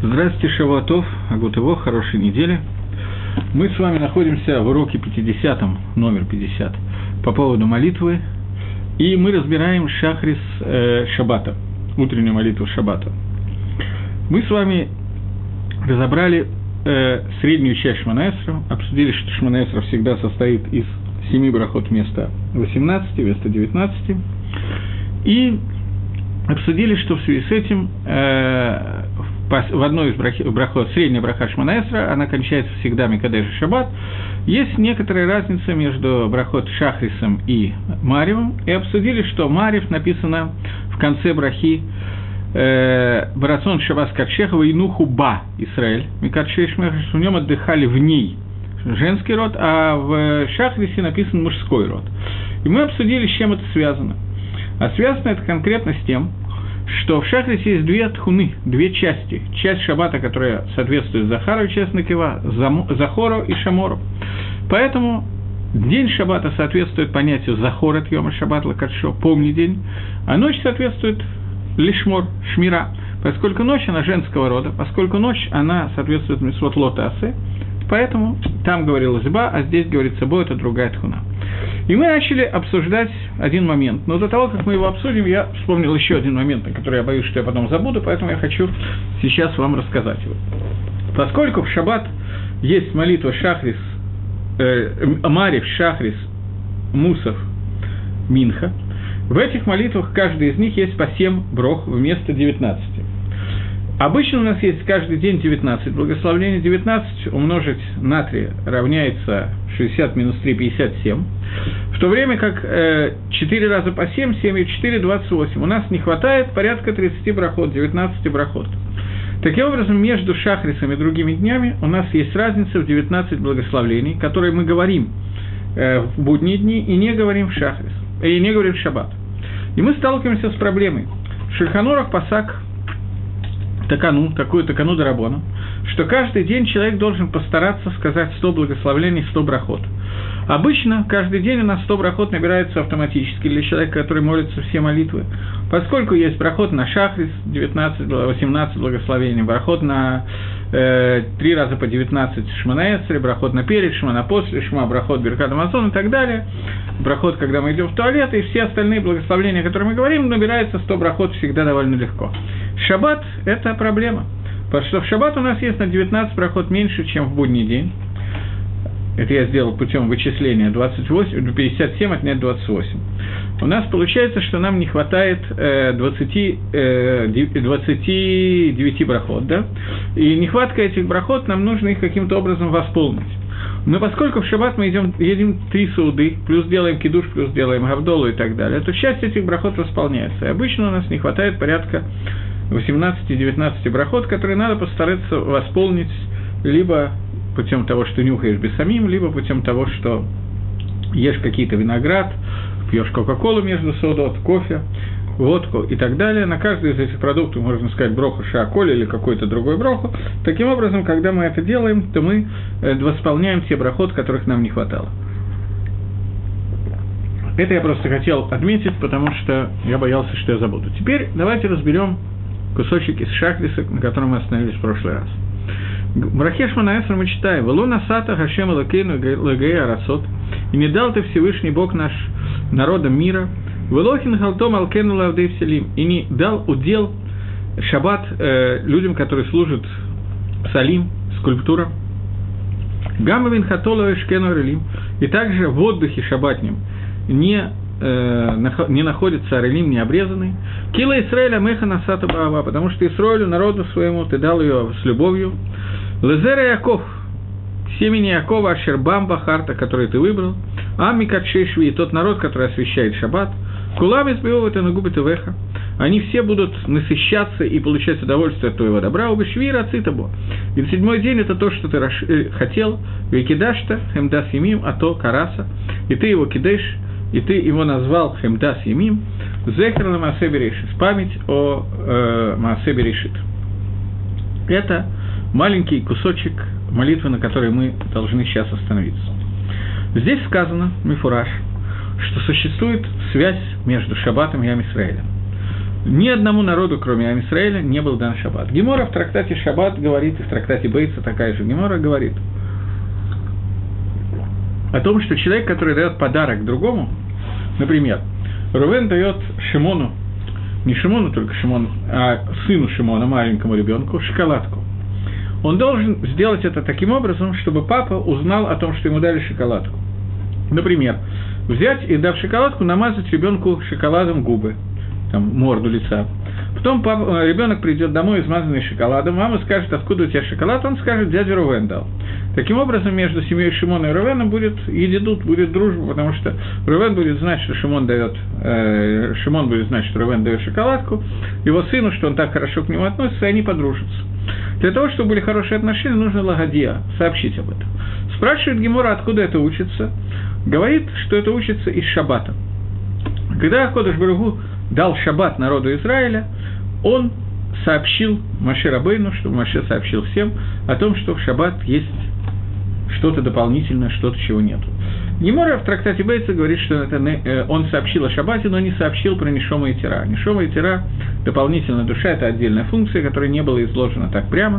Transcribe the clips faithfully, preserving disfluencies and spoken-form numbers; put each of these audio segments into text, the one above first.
Здравствуйте, Шавуатов, Агутово, хорошей недели. Мы с вами находимся в уроке пятидесятом, номер пятьдесят, по поводу молитвы, и мы разбираем шахрис э, шаббата, утреннюю молитву шаббата. Мы с вами разобрали э, среднюю часть Шмона Эсра, обсудили, что Шмона Эсра всегда состоит из семи брахот вместо восемнадцати, вместо девятнадцати, и обсудили, что в связи с этим э, в одной из брахот, средняя браха Шмона Эсра, она кончается всегда Микадеш Шаббат. Есть некоторая разница между брахот Шахрисом и Маревом, и обсудили, что Марев написано в конце брахи Барацон Шаббат Кадшеха Вейнуху Ба Исраэль, Микадшеш Мехаш, в нем отдыхали в ней женский род, а в Шахрисе написан мужской род. И мы обсудили, с чем это связано. А связано это конкретно с тем, что в Шахрисе есть две тхуны, две части. Часть шаббата, которая соответствует Захару, часть Накива, Захору и Шамору. Поэтому день шаббата соответствует понятию Захор от Йома Шаббат Лакадшо, помни день, а ночь соответствует Лишмор, Шмира, поскольку ночь она женского рода, поскольку ночь она соответствует Мисвот Лота Асе, поэтому там говорилось Ба, а здесь говорится Бо, это другая тхуна. И мы начали обсуждать один момент. Но до того, как мы его обсудим, я вспомнил еще один момент, на который я боюсь, что я потом забуду, поэтому я хочу сейчас вам рассказать его. Поскольку в шаббат есть молитва Шахрис, э, Марев, Шахрис, Мусав, Минха, в этих молитвах каждый из них есть по семь брох вместо девятнадцати. Обычно у нас есть каждый день девятнадцать благословений. девятнадцать умножить на три равняется шестьдесят минус три – пятьдесят семь. В то время как э, четыре раза по семь, семь и четыре – двадцать восемь. У нас не хватает порядка тридцати брахот, девятнадцати брахот. Таким образом, между Шахрисом и другими днями у нас есть разница в девятнадцать благословений, которые мы говорим э, в будние дни и не говорим в Шахрис, и не говорим в Шаббат. И мы сталкиваемся с проблемой. В Шульхан Арух пасак такану, такую такану дарабону, что каждый день человек должен постараться сказать сто благословений, сто брахот. Обычно каждый день у нас сто брахот набирается автоматически для человека, который молится все молитвы. Поскольку есть брахот на Шахрис, девятнадцать, восемнадцать благословений, брахот на э, три раза по девятнадцать Шмона Эсра, брахот на перед, шма на после, шма, брахот Беркат Амазон и так далее, брахот, когда мы идем в туалет, и все остальные благословения, о которых мы говорим, набирается сто брахот всегда довольно легко. Шаббат – это проблема, потому что в шаббат у нас есть на девятнадцать брахот меньше, чем в будний день. Это я сделал путем вычисления двадцать восемь, пятьдесят семь отнять двадцать восемь. У нас получается, что нам не хватает э, двадцати, э, двадцати девяти брахот, да? И нехватка этих брахот, нам нужно их каким-то образом восполнить. Но поскольку в шаббат мы идем, едем три сауды, плюс делаем кидуш, плюс делаем гавдолу и так далее, то часть этих брахот восполняется. И обычно у нас не хватает порядка восемнадцати-девятнадцати брахот, которые надо постараться восполнить либо путем того, что нюхаешь бесамим, либо путем того, что ешь какие-то виноград, пьешь кока-колу между саудот, кофе, водку и так далее. На каждый из этих продуктов можно сказать броху шааколь или какой-то другой броху. Таким образом, когда мы это делаем, то мы восполняем те брахот, которых нам не хватало. Это я просто хотел отметить, потому что я боялся, что я забуду. Теперь давайте разберем кусочек из Шахриса, на котором мы остановились в прошлый раз. В брахе Шмона Эсра мы читаем: «Вело насата Хашем Элокейну лагей арасот», и не дал ты Всевышний Бог наш народам мира, «Велохин халтом алкену лавдей вселим», и не дал удел шаббат э, людям, которые служат салим, скульптурам, «Гамавин хатола эшкену релим», и также в отдыхе шаббатнем не, э, не находится орелим, не обрезанный, «Кила Исраэля меха насата баава», потому что Исраэлю, народу своему, ты дал ее с любовью, «Лезера Яков», семени Якова, Ашербам Бахарта, который ты выбрал, Ами Кадшешви, тот народ, который освящает шаббат, Кулам избивал это на губы Тевеха, они все будут насыщаться и получать удовольствие от твоего добра, убешви рацитабо. И в седьмой день это то, что ты раш... хотел, Викидашта, Хемдас Емим, а то Караса, и ты его кидеш, и ты его назвал Хемдас Емим, Зехер на Маасе Берешит, память о э, Маасе Берешит. Это маленький кусочек молитвы, на которой мы должны сейчас остановиться. Здесь сказано, мифураж, что существует связь между шаббатом и Ам Исраэлем. Ни одному народу, кроме Ам Исраэля, не был дан шаббат. Гемора в трактате «Шаббат» говорит, и в трактате Бейца такая же Гемора говорит о том, что человек, который дает подарок другому, например, Рувен дает Шимону, не Шимону, только Шимону, а сыну Шимона, маленькому ребенку, шоколадку. Он должен сделать это таким образом, чтобы папа узнал о том, что ему дали шоколадку. Например, взять и, дав шоколадку, намазать ребенку шоколадом губы, там, морду лица. Потом папа, ребенок придет домой, измазанный шоколадом, мама скажет, откуда у тебя шоколад, он скажет, дядя Рувен дал. Таким образом, между семьей Шимона и Рувеном будет едидут, будет дружба, потому что Рувен будет знать, что Шимон дает, э, Шимон будет знать, что Рувен дает шоколадку, его сыну, что он так хорошо к нему относится, и они подружатся. Для того, чтобы были хорошие отношения, нужно лагадия, сообщить об этом. Спрашивает Гемора, откуда это учится. Говорит, что это учится из шаббата. Когда Акодыш Барух Ху дал шаббат народу Израиля, он сообщил Моше Рабейну, чтобы Моше сообщил всем о том, что в шаббат есть что-то дополнительное, что-то, чего нету. Гемора в трактате Бейца говорит, что это он сообщил о шаббате, но не сообщил про Нишома и Тира. Нишома и Тира, дополнительная душа, это отдельная функция, которая не была изложена так прямо.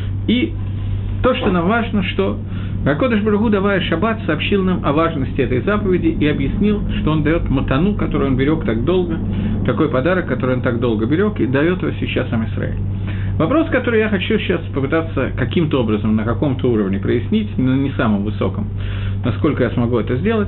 И то, что нам важно, что Акодыш Барух Ху, давая шаббат, сообщил нам о важности этой заповеди и объяснил, что он дает матану, которую он берег так долго, такой подарок, который он так долго берег, и дает его сейчас Ам Исраэль. Вопрос, который я хочу сейчас попытаться каким-то образом, на каком-то уровне прояснить, но не самом высоком, насколько я смогу это сделать,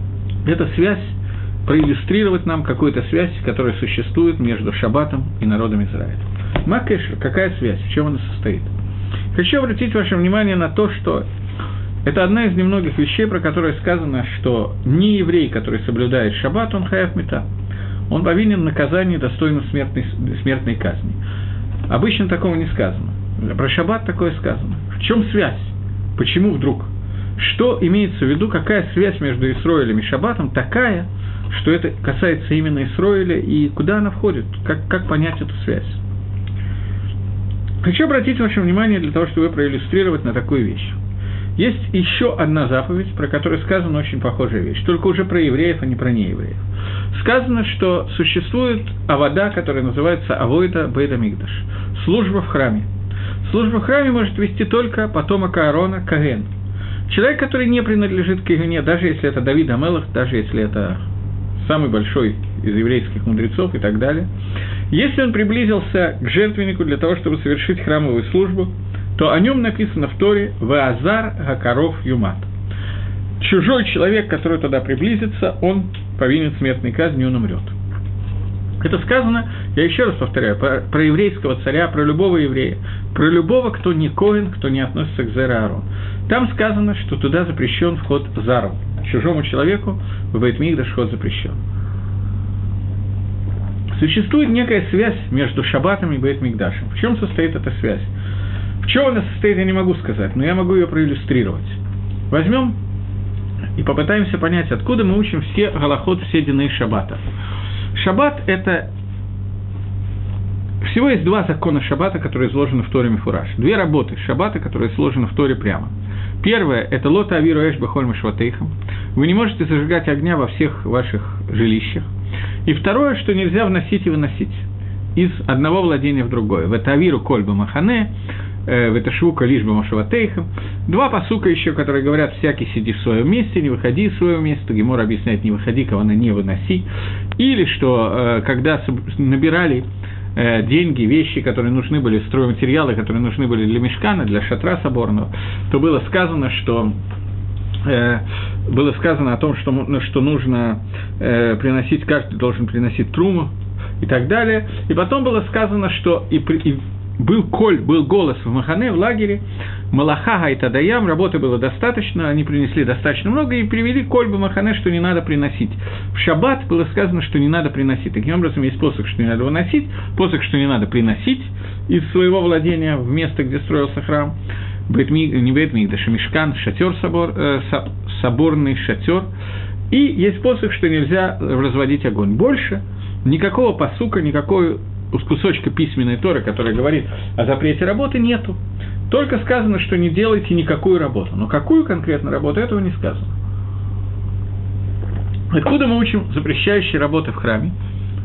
это связь, проиллюстрировать нам какую-то связь, которая существует между шаббатом и народом Израиля. Макэшер, какая связь, в чем она состоит? Хочу обратить ваше внимание на то, что это одна из немногих вещей, про которые сказано, что не еврей, который соблюдает шаббат, он хаяв мита. Он повинен наказанию, достойно смертной, смертной казни. Обычно такого не сказано. Про шаббат такое сказано. В чем связь? Почему вдруг? Что имеется в виду, какая связь между Исроилем и шаббатом такая, что это касается именно Исроиля, и куда она входит? Как, как понять эту связь? Хочу обратить ваше внимание для того, чтобы проиллюстрировать на такую вещь. Есть еще одна заповедь, про которую сказана очень похожая вещь, только уже про евреев, а не про неевреев. Сказано, что существует авода, которая называется авойда бейт микдаш, служба в храме. Служба в храме может вести только потомок Аарона, Коэн. Человек, который не принадлежит к Коэне, даже если это Давид ха-Мелех, даже если это самый большой из еврейских мудрецов и так далее, если он приблизился к жертвеннику для того, чтобы совершить храмовую службу, то о нем написано в Торе «Веазар гакаров юмат». Чужой человек, который туда приблизится, он повинен смертной казни, он умрет. Это сказано, я еще раз повторяю, про, про еврейского царя, про любого еврея, про любого, кто не коэн, кто не относится к Зер Аарон. Там сказано, что туда запрещен вход зару. Чужому человеку в Бейт Микдаш вход запрещен. Существует некая связь между шаббатом и Бейт Микдашем. В чем состоит эта связь? В чем она состоит, я не могу сказать, но я могу ее проиллюстрировать. Возьмем и попытаемся понять, откуда мы учим все галахот, все дины шаббата. Шаббат – это… Всего есть два закона шаббата, которые изложены в Торе Мефураш. Две работы шаббата, которые изложены в Торе прямо. Первое – это лота авиру эш бехоль мишватейхам. Вы не можете зажигать огня во всех ваших жилищах. И второе, что нельзя вносить и выносить из одного владения в другое. В авиру кольба махане, в это швука лишь бы машаватейхам. Два пасука еще, которые говорят, всякий сиди в своем месте, не выходи из своего места. Гемора объясняет, не выходи, кого не выноси. Или что, когда набирали деньги, вещи, которые нужны были, стройматериалы, которые нужны были для мишкана, для шатра соборного, то было сказано, что э, было сказано о том, что, что нужно э, приносить, каждый должен приносить труму и так далее. И потом было сказано, что и, и был коль, был голос в Махане, в лагере, Малахага и Тадаям, работы было достаточно, они принесли достаточно много и привели коль в Махане, что не надо приносить. В шаббат было сказано, что не надо приносить. Таким образом, есть посох, что не надо выносить, посох, что не надо приносить из своего владения в место, где строился храм. Бейт-Миг, не Бейт-Мигдаш, а Мишкан, шатер собор, э, соборный шатер. И есть посох, что нельзя разводить огонь. Больше никакого пасука, никакой кусочка письменной Торы, которая говорит о запрете работы, нету. Только сказано, что не делайте никакую работу. Но какую конкретно работу, этого не сказано. Откуда мы учим запрещающие работы в храме?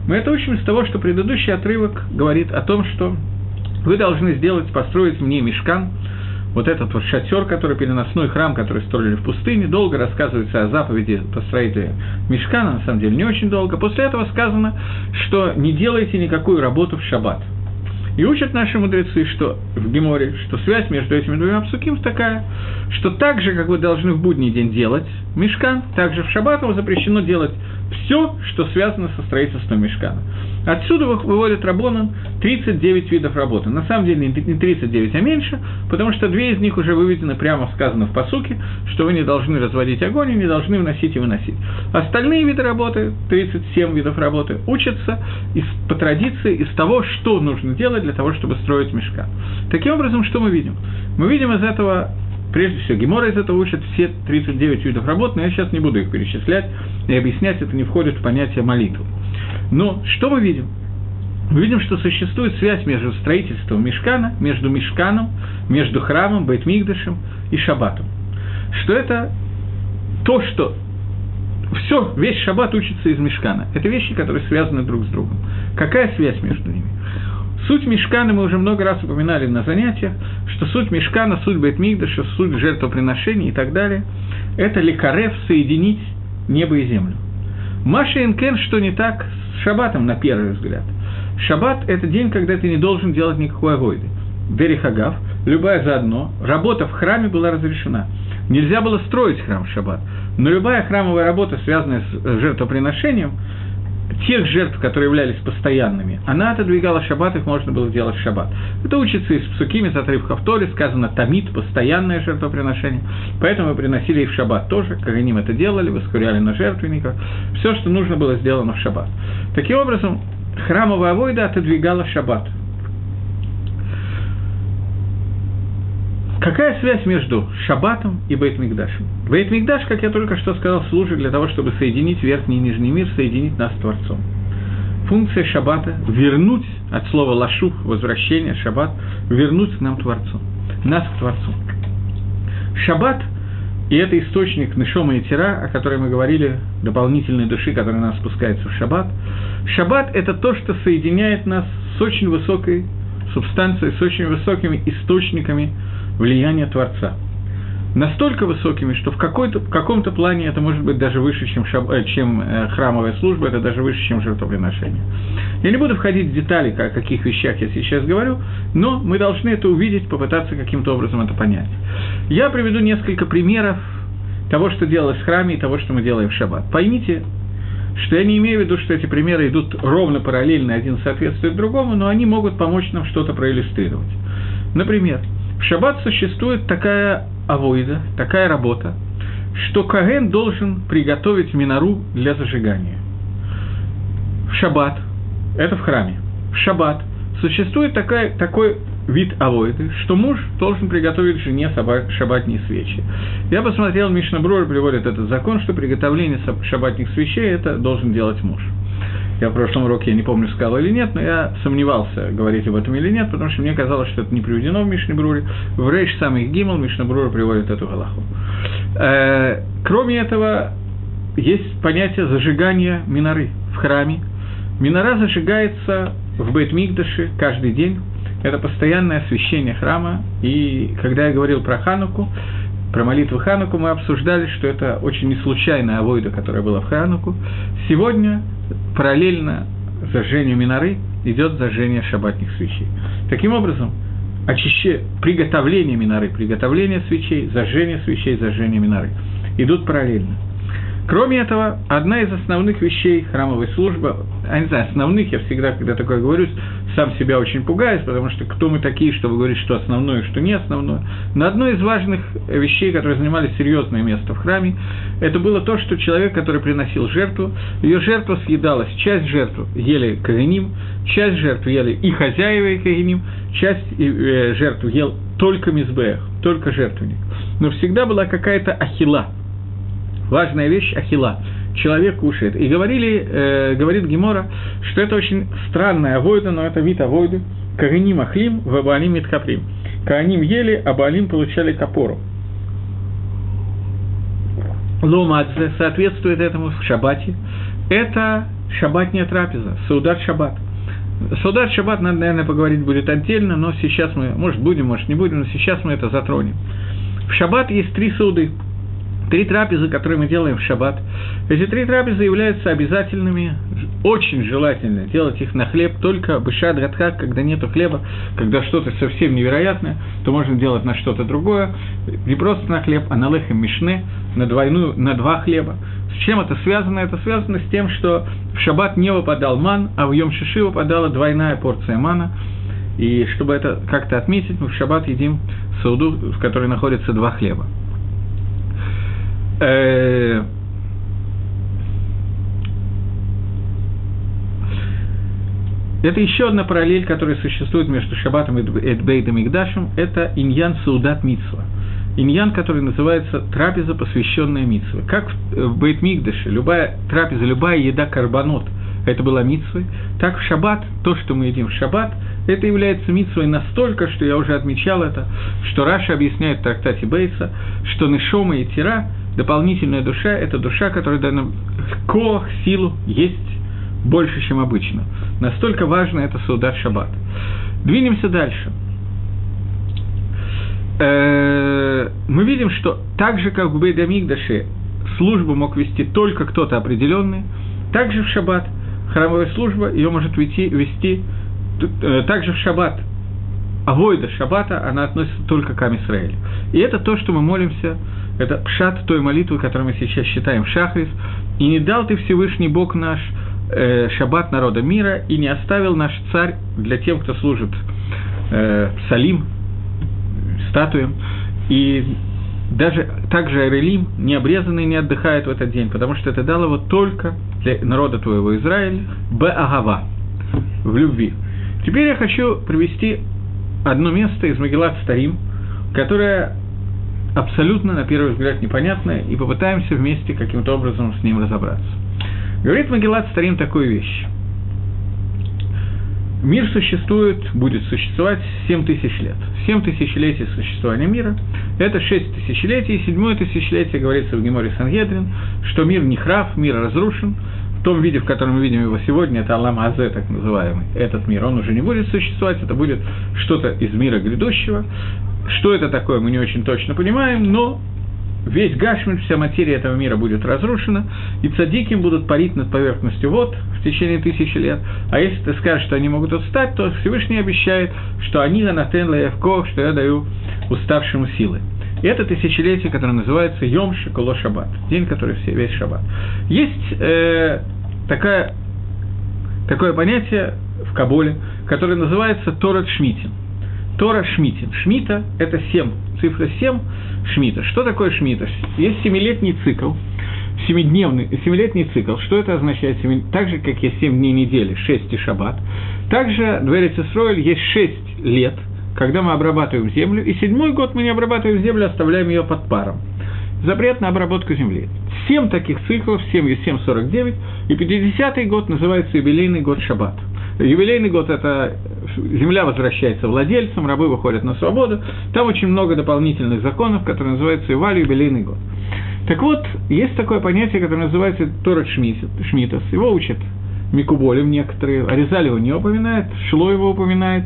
Мы это учим из того, что предыдущий отрывок говорит о том, что вы должны сделать, построить мне мишкан, вот этот вот шатер, который переносной храм, который строили в пустыне. Долго рассказывается о заповеди по строительству мишкана, на самом деле не очень долго. После этого сказано, что не делайте никакую работу в шаббат. И учат наши мудрецы, что в Геморе, что связь между этими двумя псуким такая, что так же, как вы должны в будний день делать мишкан, так же в шаббат вам запрещено делать все, что связано со строительством мишкана. Отсюда выводит Рабонан тридцать девять видов работы. На самом деле не тридцать девять, а меньше, потому что две из них уже выведены, прямо сказано в пасуке, что вы не должны разводить огонь и не должны вносить и выносить. Остальные виды работы, тридцать семь видов работы, учатся из, по традиции из того, что нужно делать для того, чтобы строить мишкан. Таким образом, что мы видим? Мы видим из этого, прежде всего, Гемора из этого учат все тридцать девять видов работ, но я сейчас не буду их перечислять и объяснять, это не входит в понятие молитвы. Но что мы видим? Мы видим, что существует связь между строительством мишкана, между мишканом, между храмом, бейт-микдашем и шаббатом. Что это то, что все, весь шаббат учится из мишкана. Это вещи, которые связаны друг с другом. Какая связь между ними? Суть мишкана мы уже много раз упоминали на занятиях, что суть мишкана, суть бейт-микдаша, суть жертвоприношений и так далее – это лекарев, соединить небо и землю. Маша Инкен, что не так с шаббатом, на первый взгляд. Шаббат – это день, когда ты не должен делать никакой авойды. Дерих агав, любая заодно, работа в храме была разрешена. Нельзя было строить храм в шаббат, но любая храмовая работа, связанная с жертвоприношением, тех жертв, которые являлись постоянными, она отодвигала шаббат, их можно было делать в шаббат. Это учится из псуким, из отрывков Торы, сказано тамид, постоянное жертвоприношение, поэтому мы приносили и в шаббат тоже, как они это делали, воскуряли на жертвенниках, все, что нужно было сделано в шаббат. Таким образом, храмовая авойда отодвигала шаббат. Какая связь между шаббатом и бейт-микдашем? Бейт-микдаш, как я только что сказал, служит для того, чтобы соединить верхний и нижний мир, соединить нас с Творцом. Функция шаббата – вернуть, от слова лашух, возвращение, шаббат, вернуть к нам Творцу, нас к Творцу. Шаббат, и это источник нешома и тира, о которой мы говорили, дополнительной души, которая нас спускается в шаббат. Шаббат – это то, что соединяет нас с очень высокой субстанцией, с очень высокими источниками влияния Творца. Настолько высокими, что в, какой-то, в каком-то плане это может быть даже выше, чем, шаб, чем э, храмовая служба, это даже выше, чем жертвоприношение. Я не буду входить в детали, о каких вещах я сейчас говорю, но мы должны это увидеть, попытаться каким-то образом это понять. Я приведу несколько примеров того, что делалось в храме, и того, что мы делаем в шаббат. Поймите, что я не имею в виду, что эти примеры идут ровно параллельно, один соответствует другому, но они могут помочь нам что-то проиллюстрировать. Например, в шаббат существует такая авойда, такая работа, что коэн должен приготовить минору для зажигания. В шаббат, это в храме, в шаббат существует такая, такой вид авойды, что муж должен приготовить жене шаббатные свечи. Я посмотрел, Мишна Брура приводит этот закон, что приготовление шаббатных свечей это должен делать муж. Я в прошлом уроке, я не помню, сказал или нет, но я сомневался, говорить об этом или нет, потому что мне казалось, что это не приведено в Мишне Бруре. В Рейш самых Гимел Мишна Брура приводит эту галаху. Э, кроме этого, есть понятие зажигания миноры в храме. Минора зажигается в Бейт-Микдаше каждый день. Это постоянное освещение храма. И когда я говорил про Хануку, про молитву Хануку, мы обсуждали, что это очень неслучайная авойда, которая была в Хануку. Сегодня параллельно зажжению миноры идет зажжение шаббатных свечей. Таким образом, очище... приготовление миноры, приготовление свечей, зажжение свечей, зажжение миноры идут параллельно. Кроме этого, одна из основных вещей храмовой службы, я не знаю, основных, я всегда, когда такое говорю, сам себя очень пугаюсь, потому что кто мы такие, чтобы говорить, что основное, что не основное. Но одной из важных вещей, которые занимали серьезное место в храме, это было то, что человек, который приносил жертву, ее жертва съедалась, часть жертвы ели коэним, часть жертвы ели и хозяева, и коэним, часть э, жертву ел только мизбех, только жертвенник. Но всегда была какая-то ахила. Важная вещь – ахила. Человек кушает. И говорили, э, говорит Гемора, что это очень странная авойда, но это вид авойды. Коэним ахлим, вабаалим митхаприм. Коэним ели, а баалим получали капору. Ломадзе соответствует этому в шаббате. Это шаббатняя трапеза, саудат шаббат. Саудат шаббат, надо, наверное, поговорить будет отдельно, но сейчас мы, может, будем, может, не будем, но сейчас мы это затронем. В шаббат есть три сауды, три трапезы, которые мы делаем в шаббат. Эти три трапезы являются обязательными, очень желательно делать их на хлеб, только бешат гадхак, когда нету хлеба, когда что-то совсем невероятное, то можно делать на что-то другое, не просто на хлеб, а на лехем мишне, на двойную, на два хлеба. С чем это связано? Это связано с тем, что в шаббат не выпадал ман, а в йом шиши выпадала двойная порция мана. И чтобы это как-то отметить, мы в шаббат едим сауду, в которой находится два хлеба. Это еще одна параллель, которая существует между шаббатом и бейт микдашем, это иньян саудат мицва. Иньян, который называется трапеза, посвященная мицве. Как в бейт микдаше, любая трапеза, любая еда карбонот, это была мицвой, так в шаббат, то, что мы едим в шаббат, это является мицвой настолько, что я уже отмечал это, что Раша объясняет в трактате Бейса, что нешома и тира, дополнительная душа, это душа, которая дана коах, силу, есть больше, чем обычно. Настолько важно это саудат шаббат. Двинемся дальше. Мы видим, что так же, как в бейт микдаше службу мог вести только кто-то определенный, также в шаббат храмовая служба ее может вести, вести также в шаббат. Авойда шаббата, она относится только к Ам Исраэлю. И это то, что мы молимся, это пшат той молитвы, которую мы сейчас читаем в Шахрис. «И не дал ты Всевышний Бог наш э, шаббат народа мира, и не оставил наш царь для тем, кто служит э, псалим, статуям, и даже также Арелим, не обрезанный, не отдыхает в этот день, потому что это дал его только для народа твоего Израиля, бе-агава, в любви». Теперь я хочу привести одно место из Мегилат Старим, которое абсолютно, на первый взгляд, непонятное, и попытаемся вместе каким-то образом с ним разобраться. Говорит Мегилат Старим такую вещь. Мир существует, будет существовать семь тысяч лет. Семь тысячелетий существования мира – это шесть тысячелетий, и седьмое тысячелетие, говорится в Геморе Сангедрин, что мир не храв, мир разрушен. В том виде, в котором мы видим его сегодня, это Алам Азе, так называемый, этот мир, он уже не будет существовать, это будет что-то из мира грядущего. Что это такое, мы не очень точно понимаем, но весь Гашмин, вся материя этого мира будет разрушена, и цадиким будут парить над поверхностью вод в течение тысячи лет. А если ты скажешь, что они могут устать, то Всевышний обещает, что они анатен лаевко, что я даю уставшему силы. И это тысячелетие, которое называется Йом Шеколо Шаббат, день, который все, весь Шаббат. Есть э, такая, такое понятие в Каболе, которое называется Торат Шмитин. Тора Шмитин. Шмита – это семь, цифра семь Шмита. Что такое Шмита? Есть семилетний цикл, семидневный, семилетний цикл. Что это означает? Так же, как есть семь дней недели, шесть и Шаббат. Также в Эрец Исроэль есть шесть лет, когда мы обрабатываем землю, и седьмой год мы не обрабатываем землю, оставляем ее под паром. Запрет на обработку земли. Семь таких циклов, семь и семь – сорок девять, и пятидесятый год называется юбилейный год Шаббат. Юбилейный год – это земля возвращается владельцам, рабы выходят на свободу. Там очень много дополнительных законов, которые называются Иваль, юбилейный год. Так вот, есть такое понятие, которое называется Торат Шмитас. Его учат Микуболем некоторые, Аризаль его не упоминает, Шло его упоминает,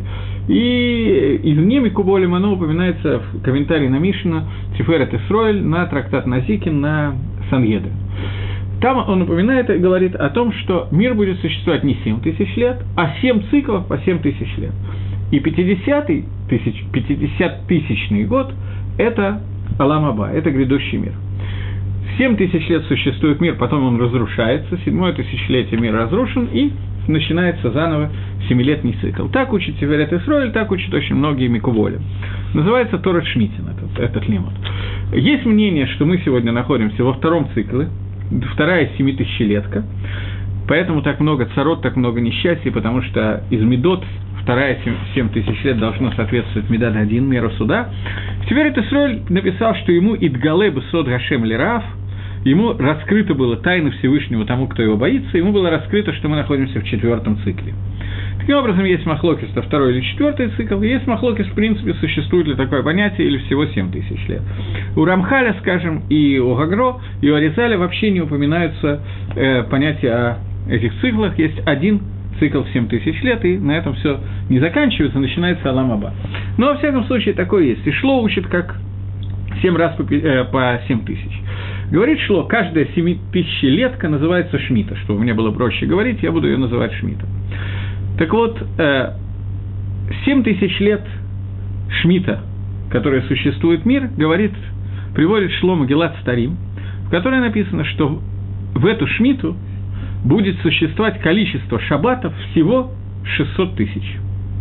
и извне Микуболем оно упоминается в комментарии на Мишна, Тиферет Исроэль, на трактат Назикин, на Сангедрин. Там он упоминает и говорит о том, что мир будет существовать не семь тысяч лет, а семь циклов по семь тысяч лет. И пятидесятый тысяч, пятидесятитысячный год – это Алам Аба, это грядущий мир. Семь тысяч лет существует мир, потом он разрушается, седьмое тысячелетие мир разрушен, и начинается заново семилетний цикл. Так учит Тиферет Исроэль, так учат очень многие Микуболи. Называется Торат Шмитин, этот, этот лимут. Есть мнение, что мы сегодня находимся во втором цикле, вторая семитысячелетка, поэтому так много царот, так много несчастий, потому что из Медот вторая семь тысяч лет должно соответствовать Медад один, меру суда. Тиферет Исроэль написал, что ему «Идгале бесод Гашем лирав», ему раскрыто было тайна Всевышнего тому, кто его боится, ему было раскрыто, что мы находимся в четвертом цикле. Таким образом, есть махлокис, это второй или четвертый цикл, и есть махлокис, в принципе, существует ли такое понятие, или всего семь тысяч лет. У Рамхаля, скажем, и у Гагро, и у Аризаля вообще не упоминаются э, понятия о этих циклах есть один цикл в семь тысяч лет, и на этом все не заканчивается, начинается Олам Аба. Но, во всяком случае, такое есть. И Шло учит как семь раз по, э, по семь тысяч. Говорит Шло, каждая семитысячелетка называется Шмита. Чтобы мне было проще говорить, я буду ее называть Шмита. Так вот, э, семь тысяч лет Шмита, которая существует мир, говорит, приводит Шло Мегилат Старим, в которой написано, что в эту Шмиту будет существовать количество шаббатов всего шестьсот тысяч.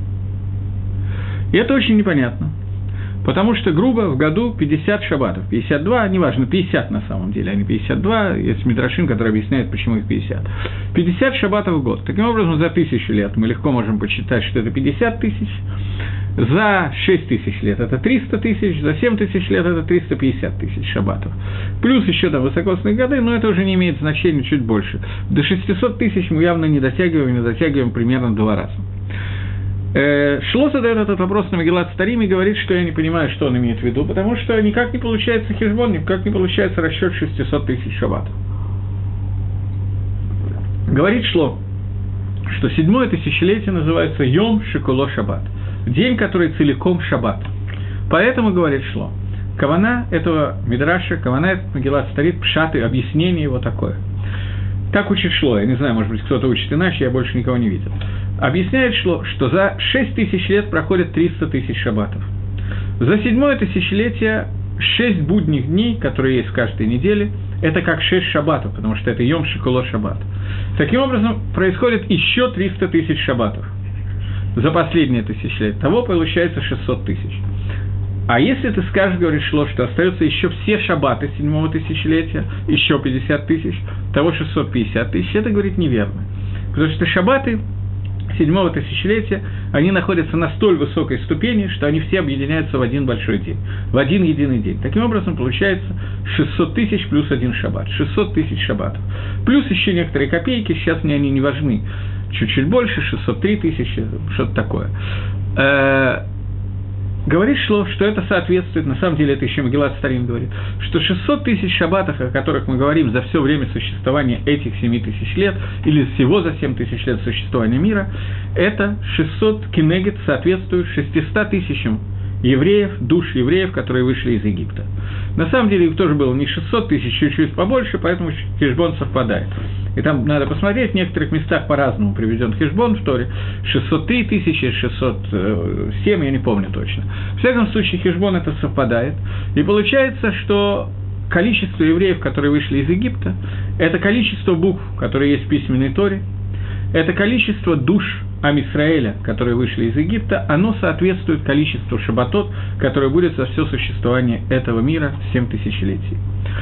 И это очень непонятно, потому что, грубо, в году пятьдесят шаббатов, пятьдесят два, неважно, пятьдесят на самом деле, а не пятьдесят два, есть мидрашим, который объясняет, почему их пятьдесят. пятьдесят шаббатов в год. Таким образом, за тысячу лет мы легко можем посчитать, что это пятьдесят тысяч, за шесть тысяч лет это триста тысяч, за семь тысяч лет это триста пятьдесят тысяч шаббатов. Плюс еще там высокосные годы, но это уже не имеет значения, чуть больше. До шестисот тысяч мы явно не дотягиваем, не дотягиваем примерно два раза. Э, Шло задает этот вопрос на Мегилат Старим и говорит, что я не понимаю, что он имеет в виду, потому что никак не получается хешбон, никак не получается расчет шестисот тысяч шаббатов. Говорит Шло, что седьмое тысячелетие называется Йом Шекуло Шаббат, день, который целиком шаббат. Поэтому, говорит Шло, кавана этого мидраша, кавана этого Мегилат Старим, пшат и объяснение его такое. Так учит Шло, я не знаю, может быть, кто-то учит иначе, я больше никого не видел. Объясняет Шло, что за шесть тысяч лет проходит триста тысяч шаббатов. За седьмое тысячелетие шесть будних дней, которые есть в каждой неделе, это как шесть шаббатов, потому что это Йом Шекуло Шаббат. Таким образом, происходит еще триста тысяч шаббатов за последние тысячи лет. Того получается шестьсот тысяч. А если ты скажешь, говорит Шло, что остаются еще все шаббаты седьмого тысячелетия, еще пятьдесят тысяч, того шестьсот пятьдесят тысяч, это, говорит, неверно. Потому что шаббаты седьмого тысячелетия, они находятся на столь высокой ступени, что они все объединяются в один большой день, в один единый день. Таким образом, получается шестьсот тысяч плюс один шаббат, шестьсот тысяч шаббатов. Плюс еще некоторые копейки, сейчас мне они не важны, чуть-чуть больше, шестьсот три тысячи, что-то такое. Говорит Шло, что это соответствует, на самом деле это еще Мегилат Старим говорит, что шестьсот тысяч шаббатов, о которых мы говорим за все время существования этих семи тысяч лет, или всего за семь тысяч лет существования мира, это шестьсот кенегет соответствует шестистам тысячам евреев, душ евреев, которые вышли из Египта. На самом деле их тоже было не шестьсот тысяч, чуть-чуть побольше, поэтому хешбон совпадает. И там надо посмотреть, в некоторых местах по-разному приведен хешбон в Торе. шестьсот три тысячи, шестьсот семь, я не помню точно. В всяком случае, хешбон это совпадает. И получается, что количество евреев, которые вышли из Египта, это количество букв, которые есть в письменной Торе, это количество душ Ам-Исраэля, которые вышли из Египта, оно соответствует количеству шаббатот, которое будет за все существование этого мира семь тысячелетий.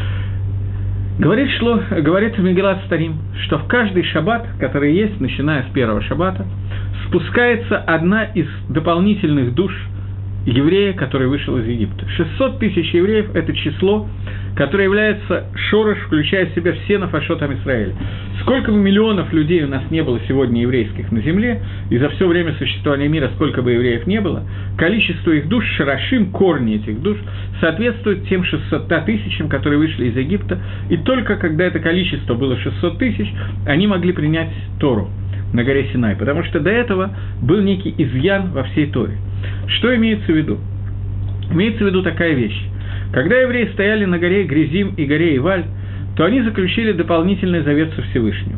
Говорит, Шло, говорит Мегилат Старим, что в каждый шаббат, который есть, начиная с первого шаббата, спускается одна из дополнительных душ еврея, который вышел из Египта. шестьсот тысяч евреев – это число, которое является шорош, включая в себя все нафашот Ам-Исраэля. Сколько бы миллионов людей у нас не было сегодня еврейских на земле, и за все время существования мира сколько бы евреев не было, количество их душ, шарашим, корни этих душ, соответствует тем шестистам тысячам, которые вышли из Египта, и только когда это количество было шестьсот тысяч, они могли принять Тору на горе Синай, потому что до этого был некий изъян во всей Торе. Что имеется в виду? Имеется в виду такая вещь. Когда евреи стояли на горе Гризим и горе Иваль, то они заключили дополнительный завет со Всевышним.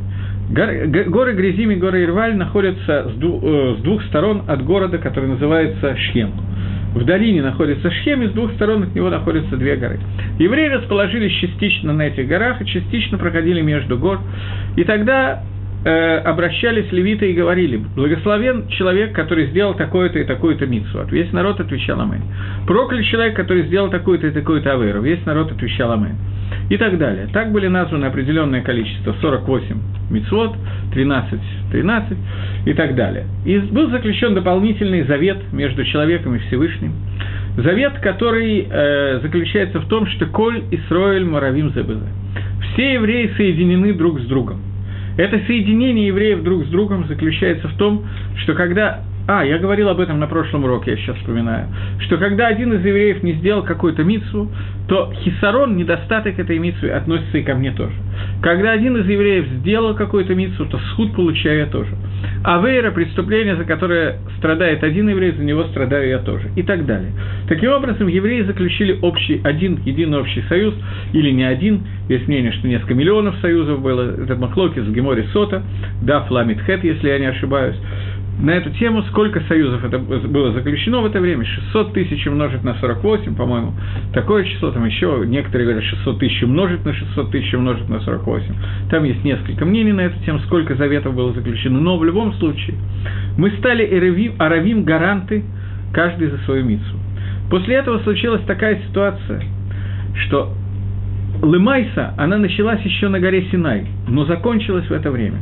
Горы Гризим и горы Иваль находятся с двух сторон от города, который называется Шхем. В долине находится Шхем, и с двух сторон от него находятся две горы. Евреи расположились частично на этих горах, и частично проходили между гор. И тогда э, обращались левиты и говорили: «Благословен человек, который сделал такое-то и такое-то мицву». Весь народ отвечал «Аминь». «Проклят человек, который сделал такую-то и такую-то аверу». Весь народ отвечал «Аминь». И так далее. Так были названы определенное количество, сорок восемь мицвот, тринадцать, тринадцать и так далее. И был заключен дополнительный завет между человеком и Всевышним. Завет, который э, заключается в том, что «Коль Исроэль Моравим Зебезе». Все евреи соединены друг с другом. Это соединение евреев друг с другом заключается в том, что когда А, я говорил об этом на прошлом уроке, я сейчас вспоминаю, что когда один из евреев не сделал какую-то мицву, то хисарон, недостаток этой мицвы, относится и ко мне тоже. Когда один из евреев сделал какую-то мицву, то схуд получаю я тоже. Авейра, преступление, за которое страдает один еврей, за него страдаю я тоже. И так далее. Таким образом, евреи заключили общий, один, единый общий союз, или не один, есть мнение, что несколько миллионов союзов было, это махлокис в Геморе Сота, да, Фламит Хет, если я не ошибаюсь. На эту тему, сколько союзов это было заключено в это время, шестьсот тысяч умножить на сорок восемь, по-моему, такое число, там еще некоторые говорят шестьсот тысяч умножить на шестьсот тысяч умножить на сорок восемь, там есть несколько мнений на эту тему, сколько заветов было заключено, но в любом случае мы стали эравим, аравим, гаранты, каждый за свою мицву. После этого случилась такая ситуация, что Лемайса, она началась еще на горе Синай, но закончилась в это время.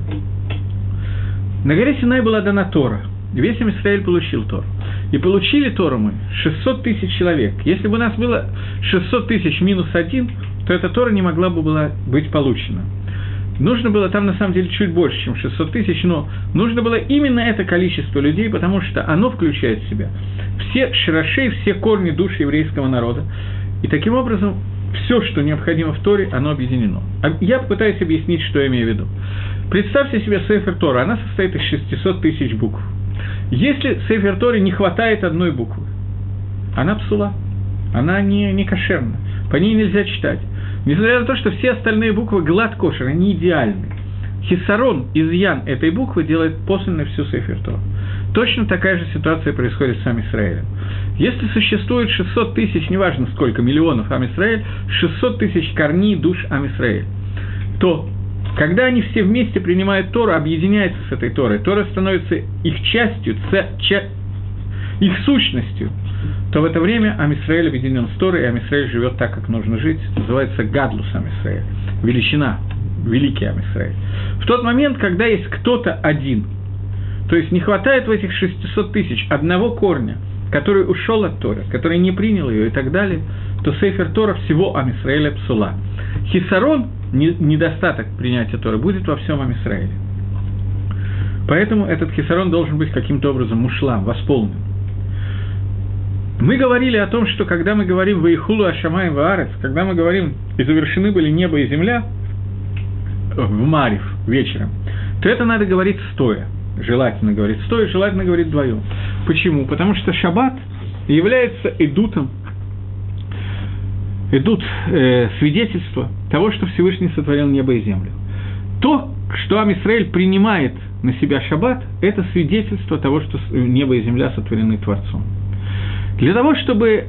На горе Синай была дана Тора. Весь Израиль получил Тору. И получили Тору мы шестьсот тысяч человек. Если бы у нас было шестьсот тысяч минус один, то эта Тора не могла бы была быть получена. Нужно было там, на самом деле, чуть больше, чем шестьсот тысяч, но нужно было именно это количество людей, потому что оно включает в себя все шарашей, все корни души еврейского народа. И таким образом, все, что необходимо в Торе, оно объединено. Я попытаюсь объяснить, что я имею в виду. Представьте себе Сефер Тора, она состоит из шестисот тысяч букв. Если Сефер Торе не хватает одной буквы, она псула, она не, не кошерна, по ней нельзя читать. Несмотря на то, что все остальные буквы глад кошер, они идеальны. Хисарон, изъян этой буквы делает подлинной всю Сефер Тору. Точно такая же ситуация происходит с Ам Исраэлем. Если существует шестьсот тысяч, неважно сколько, миллионов Ам Исраэль, шестьсот тысяч корней душ Ам Исраэль, то когда они все вместе принимают Тору, объединяются с этой Торой, Тора становится их частью, ц, ча, их сущностью, то в это время Ам Исраэль объединен с Торой, и Ам Исраэль живет так, как нужно жить. Называется Гадлус Ам Исраэль, величина, великий Ам Исраэль. В тот момент, когда есть кто-то один, то есть не хватает в этих шестисот тысяч одного корня, который ушел от Торы, который не принял ее и так далее, то Сейфер Тора всего Ам Исраэля псула. Хисарон, недостаток принятия Торы, будет во всем Ам Исраэле. Поэтому этот хисарон должен быть каким-то образом мушлам, восполнен. Мы говорили о том, что когда мы говорим «Ваихулу ашамаим ваарец», когда мы говорим «И завершены были небо и земля» в Марив вечером, то это надо говорить стоя. Желательно говорить стоя, желательно говорить вдвоем. Почему? Потому что шаббат является эдутом, идут э, свидетельства того, что Всевышний сотворил небо и землю. То, что Ам Исраэль принимает на себя шаббат, это свидетельство того, что небо и земля сотворены Творцом. Для того, чтобы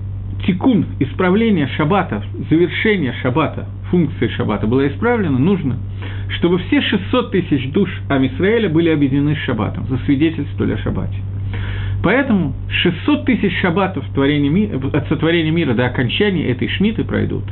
тикун, исправление шаббата, завершение шаббата, функции шаббата было исправлено, нужно, чтобы все шестьсот тысяч душ Ам Исраэля были объединены с шаббатом, засвидетельствовали о шаббате. Поэтому шестьсот тысяч шаббатов от сотворения мира до окончания этой шмиты пройдут.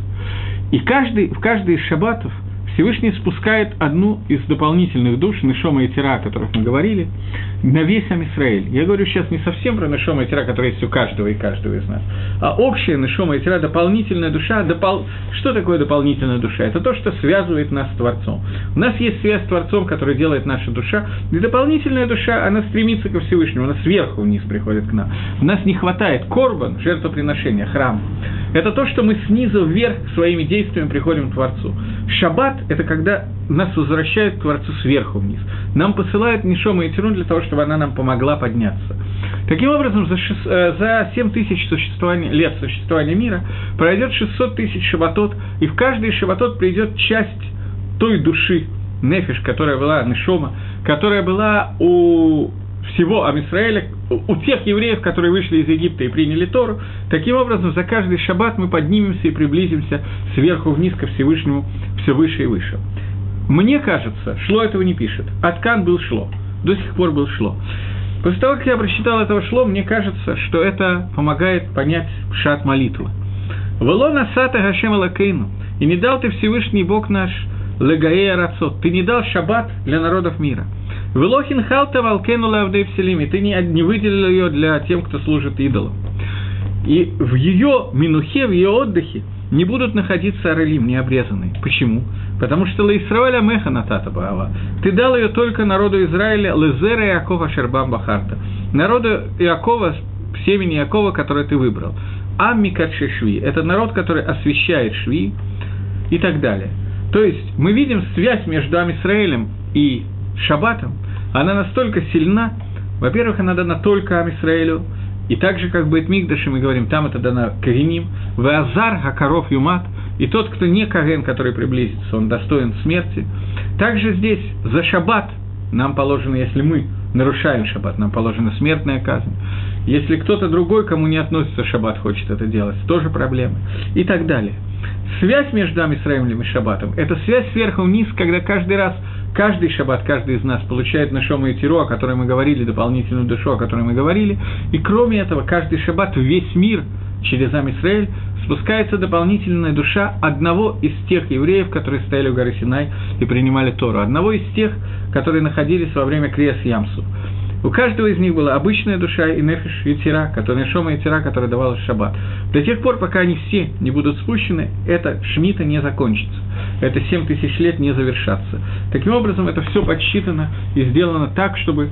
И каждый, в каждый из шаббатов Всевышний спускает одну из дополнительных душ, Нешома и Тира, о которых мы говорили, на весь Ам Исраэль. Я говорю сейчас не совсем про Нешома и Тира, которая есть у каждого и каждого из нас, а общая Нешома и Тира, дополнительная душа. Допол... Что такое дополнительная душа? Это то, что связывает нас с Творцом. У нас есть связь с Творцом, который делает наша душа, и дополнительная душа, она стремится ко Всевышнему, она сверху вниз приходит к нам. У нас не хватает корбан, жертвоприношения, храм. Это то, что мы снизу вверх своими действиями приходим к Творцу. Шаббат – это когда нас возвращают к Творцу сверху вниз. Нам посылают Нешома и Тирун для того, чтобы она нам помогла подняться. Таким образом, за, шесть, за семь тысяч существования, лет существования мира пройдет шестьсот тысяч шаббатот, и в каждый шаббатот придет часть той души, нефиш, которая была Нешома, которая была у всего Ам Исраэля, у тех евреев, которые вышли из Египта и приняли Тору. Таким образом, за каждый шаббат мы поднимемся и приблизимся сверху вниз ко Всевышнему все выше и выше. Мне кажется, Шло этого не пишет. Аткан был Шло. До сих пор был Шло. После того, как я прочитал этого Шло, мне кажется, что это помогает понять пшат молитвы. «Вело насата Гашем Элокейну, и не дал ты Всевышний Бог наш легаэй арацот, ты не дал шаббат для народов мира. Велохин халта валкену лавдей вселими, ты не, не выделил ее для тем, кто служит идолам. И в ее минухе, в ее отдыхе не будут находиться орелим, необрезанные. Почему? Потому что «Лаисраэля меха натата баава». Ты дал ее только народу Израиля, «Лезера Иакова шербам бахарта». Народу Иакова, семени Иакова, который ты выбрал. «Амми кадши шви» – это народ, который освящает шви и так далее. То есть мы видим связь между Ам Исраэлем и Шаббатом, она настолько сильна, во-первых, она дана только Ам Исраэлю, и так же, как Бейт Микдаше, мы говорим, там это дано Коэним, «Веазар хакаров юмат», и тот, кто не Коэн, который приблизится, он достоин смерти. Также здесь за Шаббат нам положено, если мы нарушаем Шаббат, нам положена смертная казнь. Если кто-то другой, кому не относится Шаббат, хочет это делать, тоже проблемы. И так далее. Связь между Ам Исраэлем и Шаббатом – это связь сверху вниз, когда каждый раз, каждый Шаббат, каждый из нас получает Нешома и Тиру, о которой мы говорили, дополнительную душу, о которой мы говорили, и кроме этого, каждый Шаббат весь мир через Ам Исраэль спускается дополнительная душа одного из тех евреев, которые стояли у горы Синай и принимали Тору, одного из тех, которые находились во время Криас Ямсу. У каждого из них была обычная душа и нефиш, и тира, которая Нешома и Тира, которая давала Шаббат. До тех пор, пока они все не будут спущены, эта шмита не закончится. Это семь тысяч лет не завершатся. Таким образом, это все подсчитано и сделано так, чтобы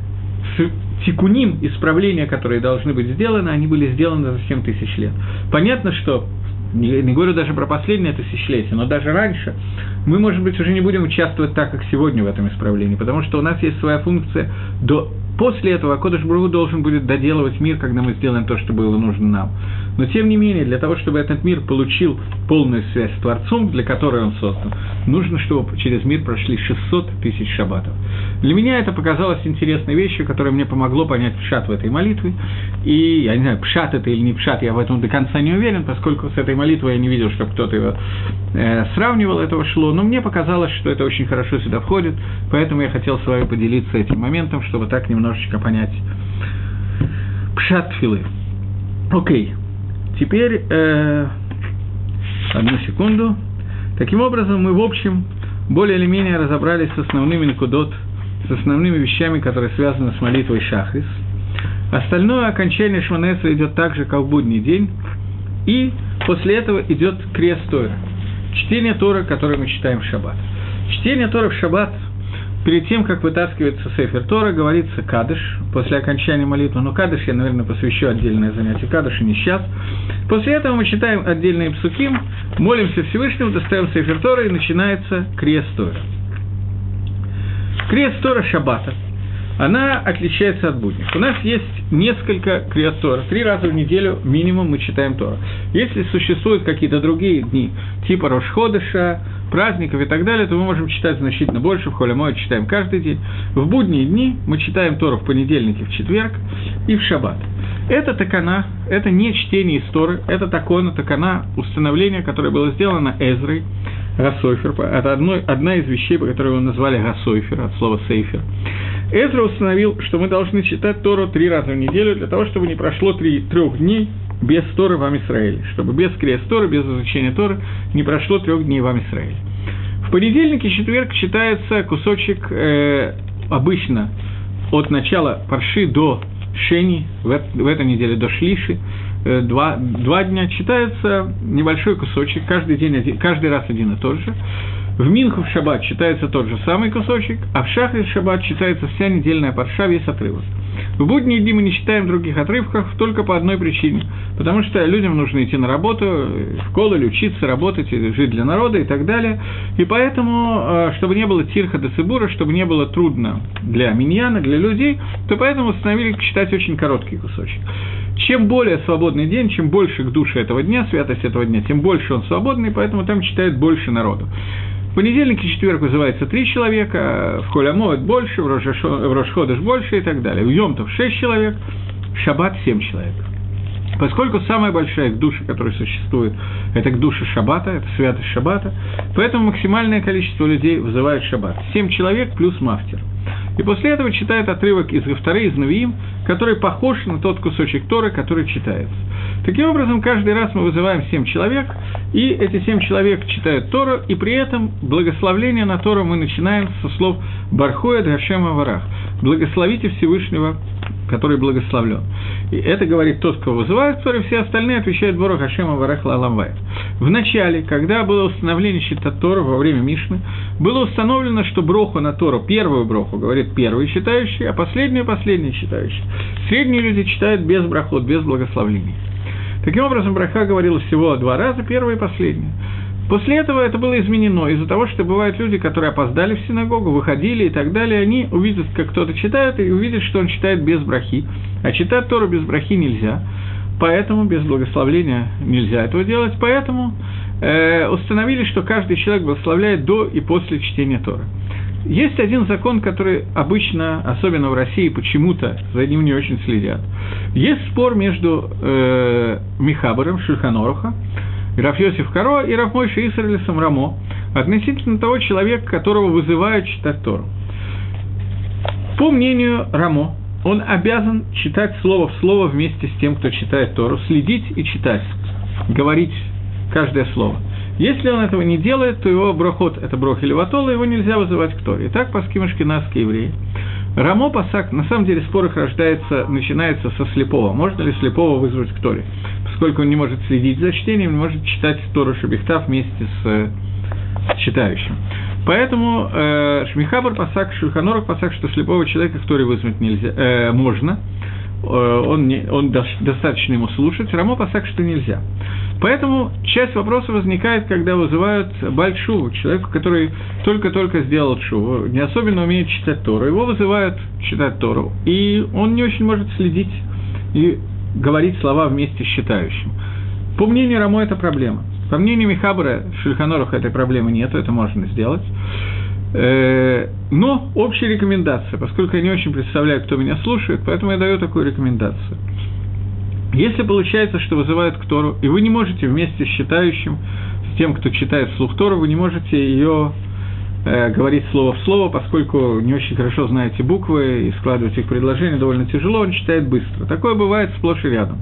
тикуним, исправления, которые должны быть сделаны, они были сделаны за семь тысяч лет. Понятно, что, не, не говорю даже про последнее тысячелетие, но даже раньше, мы, может быть, уже не будем участвовать так, как сегодня в этом исправлении, потому что у нас есть своя функция. До, после этого Акодыш Барух Ху должен будет доделывать мир, когда мы сделаем то, что было нужно нам. Но, тем не менее, для того, чтобы этот мир получил полную связь с Творцом, для которой он создан, нужно, чтобы через мир прошли шестьсот тысяч шаббатов. Для меня это показалось интересной вещью, которая мне помогло понять пшат в этой молитве. И, я не знаю, пшат это или не пшат, я в этом до конца не уверен, поскольку с этой молитвой я не видел, чтобы кто-то его э, сравнивал, этого шло. Но мне показалось, что это очень хорошо сюда входит, поэтому я хотел с вами поделиться этим моментом, чтобы так немножечко понять пшат тфилы. Окей. Теперь, э, одну секунду. Таким образом, мы, в общем, более или менее разобрались с основными накудот, с основными вещами, которые связаны с молитвой Шахрис. Остальное окончание Шмона Эсра идет так же, как в будний день. И после этого идет Криас Тора, чтение Торы, которое мы читаем в Шаббат. Чтение Торы в Шаббат, перед тем, как вытаскивается Сефер Тора, говорится Кадыш, после окончания молитвы. Но Кадыш я, наверное, посвящу отдельное занятие Кадыша, не сейчас. После этого мы читаем отдельные псуким, молимся Всевышнему, достаем Сефер Тора, и начинается Криас Тора. Криас Тора Шаббата, она отличается от будних. У нас есть несколько Криас Тора, три раза в неделю минимум мы читаем Тору. Если существуют какие-то другие дни, типа Рош Ходеша, праздников и так далее, то мы можем читать значительно больше, в Холь ха-Моэд читаем каждый день. В будние дни мы читаем Тору в понедельник, в четверг и в шаббат. Это такана, это не чтение из Торы, это такона, такана, установление, которое было сделано Эзрой, Гасойфер. Это одно, одна из вещей, по которой его назвали Гасойфер, от слова сейфер. Эзра установил, что мы должны читать Тору три раза в неделю, для того, чтобы не прошло три, трех дней без Торы в Ам Исраэле, чтобы без Криас Торы, без изучения Торы не прошло трех дней в Ам Исраэле. В понедельник и четверг читается кусочек э, обычно от начала Парши до Шени, в, это, в этой неделе до Шлиши, э, два, два дня читается небольшой кусочек, каждый день, один, каждый раз один и тот же. В Минху в Шаббат читается тот же самый кусочек, а в Шахрис Шаббат читается вся недельная парша, весь отрывок. В будние дни мы не читаем других отрывков только по одной причине, потому что людям нужно идти на работу, в школу или учиться, работать, жить для народа и так далее. И поэтому, чтобы не было тирха де цибура, чтобы не было трудно для миньяна, для людей, то поэтому установили читать очень короткий кусочек. Чем более свободный день, чем больше к душе этого дня, святость этого дня, тем больше он свободный, поэтому там читают больше народу. В понедельник и четверг вызывается три человека, в Холь ха-Моэд больше, в Рош Ходеш больше и так далее. В Йом-Тов шесть человек, в Шаббат семь человек. Поскольку самая большая душа, которая существует, это душа Шаббата, это святость Шаббата, поэтому максимальное количество людей вызывает Шаббат. семь человек плюс мафтер. И после этого читает отрывок из Гефтары, из Навиим, который похож на тот кусочек Торы, который читается. Таким образом, каждый раз мы вызываем семь человек, и эти семь человек читают Тору, и при этом благословление на Тору мы начинаем со слов «Барху эд Гашем аварах» – «Благословите Всевышнего который благословлен. И это говорит тот, кто вызывает, который все остальные отвечают Борух Ашем Аварах Лаалам Ваэд. В начале, когда было установление читать Тору во время Мишны, было установлено, что броху на Тору, первую броху, говорит первый читающий, а последнюю – последний читающий. Средние люди читают без брахот, без благословений. Таким образом, браха говорилась всего два раза, первый и последний. После этого это было изменено из-за того, что бывают люди, которые опоздали в синагогу, выходили и так далее, они увидят, как кто-то читает, и увидят, что он читает без брахи. А читать Тору без брахи нельзя, поэтому без благословления нельзя этого делать, поэтому э, установили, что каждый человек благословляет до и после чтения Торы. Есть один закон, который обычно, особенно в России, почему-то за ним не очень следят. Есть спор между э, Михабаром, Шульхан Оруха, Рав Йосиф Каро и Рав Мойше Исрелесом Рамо относительно того человека, которого вызывают читать Тору. По мнению Рамо, он обязан читать слово в слово вместе с тем, кто читает Тору, следить и читать, говорить каждое слово. Если он этого не делает, то его брохот – это брох или ватола, его нельзя вызывать к Торе. Итак, паским ашкеназские евреи. Рамо пасак, на самом деле спор их рождается, начинается со слепого. Можно ли слепого вызвать к Торе? Поскольку он не может следить за чтением, не может читать Тору Шебихтав вместе с э, читающим. Поэтому э, Шмихабар пасак, Шульхан Орух пасак, что слепого человека к Торе вызвать нельзя, э, можно. Э, он, не, он до, достаточно ему слушать. Рамо пасак, что нельзя. Поэтому часть вопросов возникает, когда вызывают Бааль Тшуву, человека, который только-только сделал Тшуву, не особенно умеет читать Тору. Его вызывают читать Тору, и он не очень может следить и говорить слова вместе с читающим. По мнению Рамо, это проблема. По мнению Михабара, Шульхан Оруха этой проблемы нет, это можно сделать. Но общая рекомендация, поскольку я не очень представляю, кто меня слушает, поэтому я даю такую рекомендацию. Если получается, что вызывают к Тору, и вы не можете вместе с читающим, с тем, кто читает вслух Тору, вы не можете ее э, говорить слово в слово, поскольку не очень хорошо знаете буквы, и складывать их предложения довольно тяжело, он читает быстро. Такое бывает сплошь и рядом.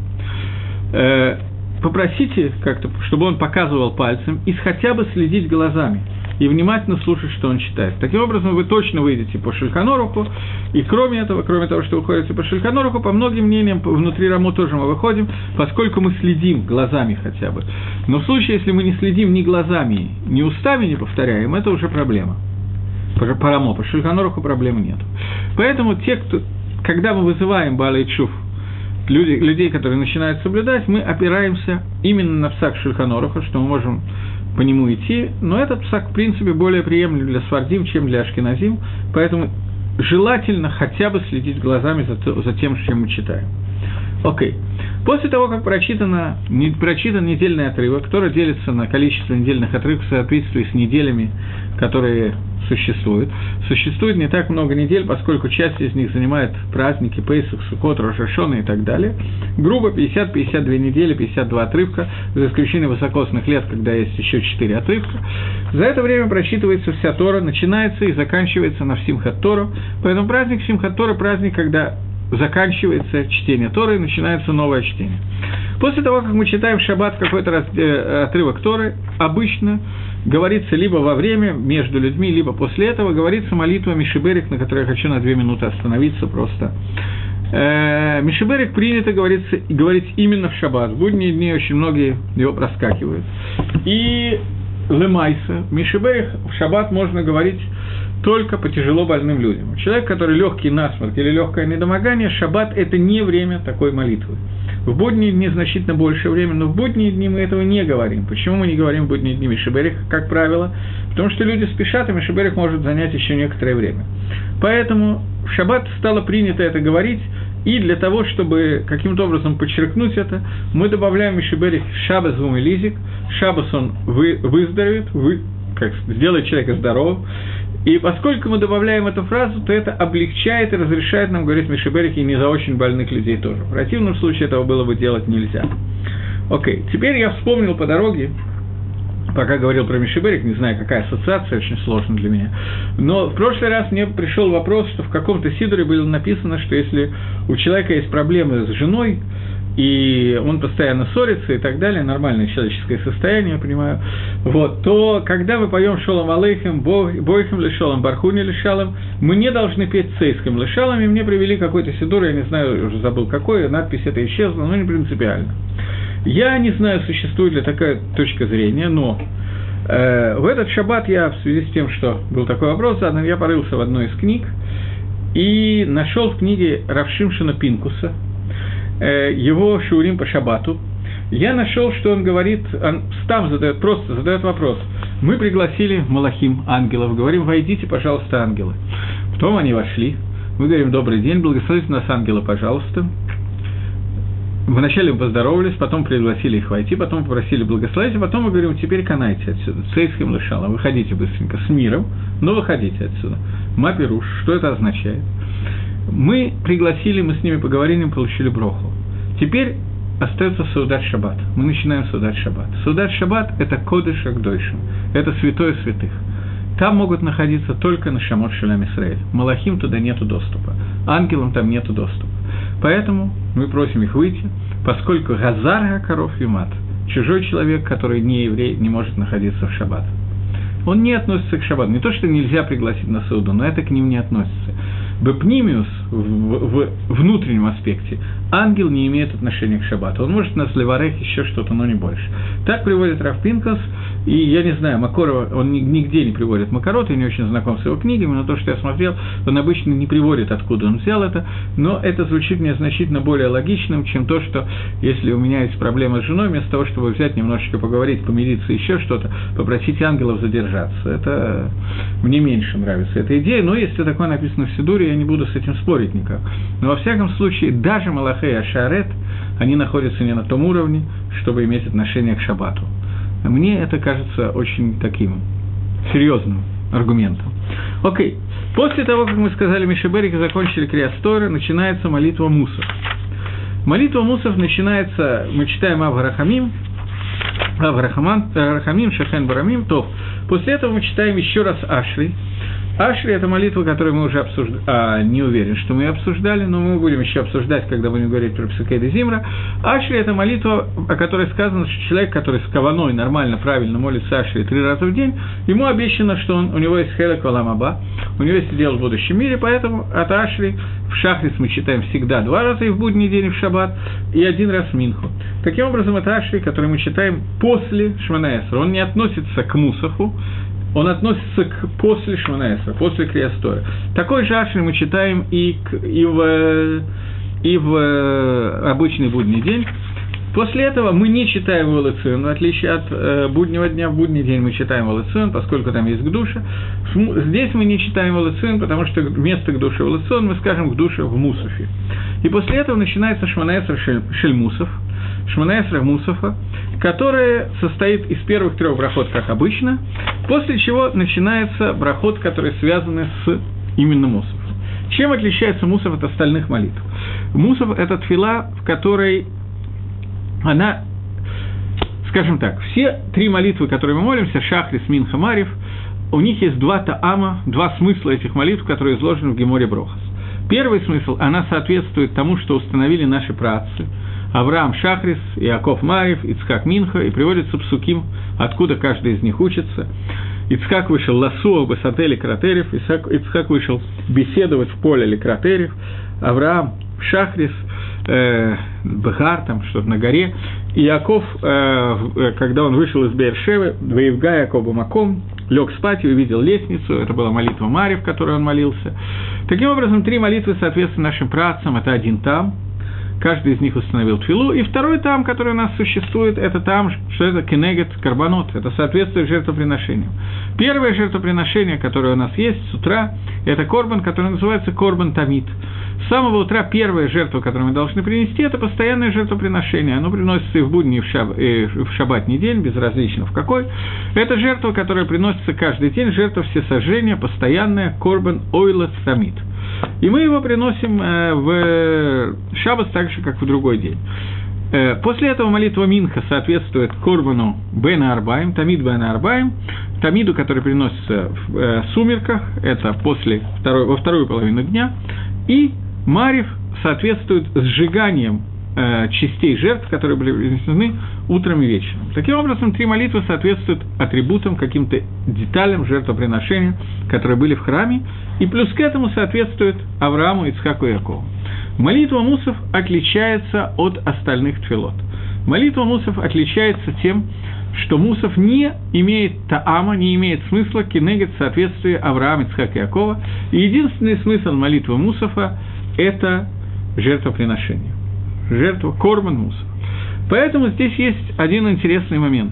Э, попросите как-то, чтобы он показывал пальцем, и хотя бы следить глазами, и внимательно слушать, что он читает. Таким образом, вы точно выйдете по Шульхан Оруху, и кроме этого, кроме того, что вы ходите по Шульхан Оруху, по многим мнениям, внутри Рамо тоже мы выходим, поскольку мы следим глазами хотя бы. Но в случае, если мы не следим ни глазами, ни устами не повторяем, это уже проблема. По, по Рамо, по Шульхан Оруху проблемы нет. Поэтому те, кто, когда мы вызываем Баалей Тшув, люди, людей, которые начинают соблюдать, мы опираемся именно на псак Шульхан Оруха, что мы можем по нему идти, но этот псак, в принципе, более приемлем для сфардим, чем для ашкеназим, поэтому желательно хотя бы следить глазами за, за тем, чем мы читаем. Окей. После того, как прочитано, не, прочитан недельный отрывок, который делится на количество недельных отрывков в соответствии с неделями, которые существуют. Существует не так много недель, поскольку часть из них занимает праздники, Пейсах, Суккот, Рош ха-Шана и так далее. Грубо пятьдесят - пятьдесят две недели, пятьдесят два отрывка, за исключением высокосных лет, когда есть еще четыре отрывка. За это время прочитывается вся Тора, начинается и заканчивается на Симхат Тора. Поэтому праздник Симхат Тора – праздник, когда заканчивается чтение Торы и начинается новое чтение. После того, как мы читаем в шаббат какой-то раз, э, отрывок Торы, обычно говорится либо во время, между людьми, либо после этого, говорится молитва Мишиберик, на которой я хочу на две минуты остановиться просто. Э, Мишиберик принято говорится, говорить именно в шаббат. В будние дни очень многие его проскакивают. И лемайса, Мишиберик в шаббат можно говорить только по тяжело больным людям. Человек, который легкий насморк или легкое недомогание, шаббат – это не время такой молитвы. В будние дни значительно больше времени, но в будние дни мы этого не говорим. Почему мы не говорим в будние дни Мишиберик, как правило? Потому что люди спешат, и Мишиберик может занять еще некоторое время. Поэтому в шаббат стало принято это говорить, и для того, чтобы каким-то образом подчеркнуть это, мы добавляем Мишиберик шаббас гумилизик, шаббас он вы, выздоровеет, вы, как сделает человека здоровым. И поскольку мы добавляем эту фразу, то это облегчает и разрешает нам говорить Мишиберик и не за очень больных людей тоже. В противном случае этого было бы делать нельзя. Окей, теперь я вспомнил по дороге, пока говорил про Мишиберик, не знаю, какая ассоциация, очень сложно для меня, но в прошлый раз мне пришел вопрос, что в каком-то сидуре было написано, что если у человека есть проблемы с женой, и он постоянно ссорится и так далее, нормальное человеческое состояние, я понимаю, вот, то когда мы поем «Шолом алейхем», «Бойхем лешолом», «Бархуни лешалом», мы не должны петь «Цейским лешалом», и мне привели какой-то сидур, я не знаю, уже забыл какой, надпись эта исчезла, но не принципиально. Я не знаю, существует ли такая точка зрения, но э, в этот шаббат я, в связи с тем, что был такой вопрос задан, я порылся в одной из книг и нашел в книге Рав Шимшона Пинкуса э, его шиурим по шаббату. Я нашел, что он говорит, он там задает, просто задает вопрос. Мы пригласили малахим, ангелов, говорим, войдите, пожалуйста, ангелы. Потом они вошли, мы говорим, добрый день, благословите нас, ангелы, пожалуйста. Вначале мы поздоровались, потом пригласили их войти, потом попросили благословить, а потом мы говорим, теперь канайте отсюда, цейским лешалом, выходите быстренько, с миром, но выходите отсюда. Мапируш, что это означает? Мы пригласили, мы с ними поговорили, мы получили броху. Теперь остается Саудат Шаббат. Мы начинаем Саудат Шаббат. Саудат Шаббат – это Кодеш Агдойшим, это святое святых. Там могут находиться только нашамот шелем Исраэль. Малахим туда нету доступа, ангелам там нету доступа. Поэтому мы просим их выйти, поскольку Газар Гакаров Юмат, чужой человек, который не еврей, не может находиться в Шаббат. Он не относится к Шаббату. Не то, что нельзя пригласить на Сауду, но это к ним не относится. Бепнимиус, в, в внутреннем аспекте, ангел не имеет отношения к Шаббату. Он может нас леварех еще что-то, но не больше. Так приводит Рав Пинкас, и я не знаю, Макорова, он нигде не приводит Макарот, я не очень знаком с его книгами, но то, что я смотрел, он обычно не приводит, откуда он взял это, но это звучит мне значительно более логичным, чем то, что если у меня есть проблема с женой, вместо того, чтобы взять немножечко поговорить, помириться, еще что-то, попросить ангелов задержаться. Это мне меньше нравится эта идея, но если такое написано в Сидуре, я не буду с этим спорить никак. Но во всяком случае, даже Малахей и Ашарет, они находятся не на том уровне, чтобы иметь отношение к Шаббату. Мне это кажется очень таким серьезным аргументом. Окей. После того, как мы сказали Мишеберик и закончили Криат Тора, начинается молитва Мусав. Молитва Мусав начинается, мы читаем Ав Рахамим, Ав Рахамим, Шехен Барамим, то после этого мы читаем еще раз Ашри. Ашри – это молитва, которую мы уже обсуждали, а, не уверен, что мы ее обсуждали, но мы будем еще обсуждать, когда будем говорить про Псукей де Зимра. Ашри – это молитва, о которой сказано, что человек, который с каваной нормально, правильно молится Ашри три раза в день, ему обещано, что он, у него есть хелек олам аба, у него есть дело в будущем мире, поэтому от Ашри в Шахрис мы читаем всегда два раза и в будний день, и в Шаббат, и один раз в Минху. Таким образом, это Ашри, который мы читаем после Шмона Эсра. Он не относится к Мусафу, он относится к после Шмона Эсра, после Криат Тора. Такой же Ашри мы читаем и, к, и, в, и в обычный будний день. После этого мы не читаем Волоцион, в отличие от э, буднего дня, в будний день мы читаем Волоцион, поскольку там есть Гдуша. Здесь мы не читаем Волоцион, потому что вместо Гдуши Волоцион мы скажем Гдуша в Мусафе. И после этого начинается Шмона Эсра шель, шель Мусаф, Шмона Эсра Мусафа, которая состоит из первых трех брахот, как обычно, после чего начинается брахот, которые связаны с именно Мусафом. Чем отличается Мусаф от остальных молитв? Мусаф – это тфила, в которой она, скажем так, все три молитвы, которые мы молимся, Шахрис, Минха, Марив, у них есть два таама, два смысла этих молитв, которые изложены в Геморе Брохас. Первый смысл, она соответствует тому, что установили наши праотцы, Авраам Шахрис, Иаков Марив, Ицхак Минха, и приводится псуким, откуда каждый из них учится. Ицхак вышел ласуа басатель кратерев, Ицхак вышел беседовать в поле ликратерев, Авраам Шахрис, э, Бехар, там что-то на горе, и Иаков, э, когда он вышел из Беэр-Шевы, Ваевга Якоба Маком, лег спать и увидел лестницу, это была молитва Марив, в которой он молился. Таким образом, три молитвы соответствуют нашим праотцам, это один там, каждый из них установил тфилу, и второй там, который у нас существует, это там, что это кенегет карбонот, это соответствует жертвоприношениям. Первое жертвоприношение, которое у нас есть с утра, это корбан, который называется корбан тамид. С самого утра первая жертва, которую мы должны принести, это постоянное жертвоприношение. Оно приносится и в будний, и в, шаб, и в шаббатний день, безразлично в какой. Это жертва, которая приносится каждый день, жертва всесожжения, постоянная, корбан ойлет тамид. И мы его приносим э, в шаббат так же, как в другой день. Э, после этого молитва Минха соответствует корбану бен арбаим, тамид бен арбаим, тамиду, который приносится в э, сумерках, это после второй, во вторую половину дня, и Марив соответствует сжиганием э, частей жертв, которые были принесены утром и вечером. Таким образом, три молитвы соответствуют атрибутам, каким-то деталям жертвоприношения, которые были в храме, и плюс к этому соответствует Аврааму, Ицхаку и Якову. Молитва мусов отличается от остальных тфилот. Молитва мусов отличается тем, что мусов не имеет таама, не имеет смысла кенегет в соответствии Авраама, Ицхака и Якова. И единственный смысл молитвы мусафа – это жертвоприношение. Жертва корбан мусов. Поэтому здесь есть один интересный момент.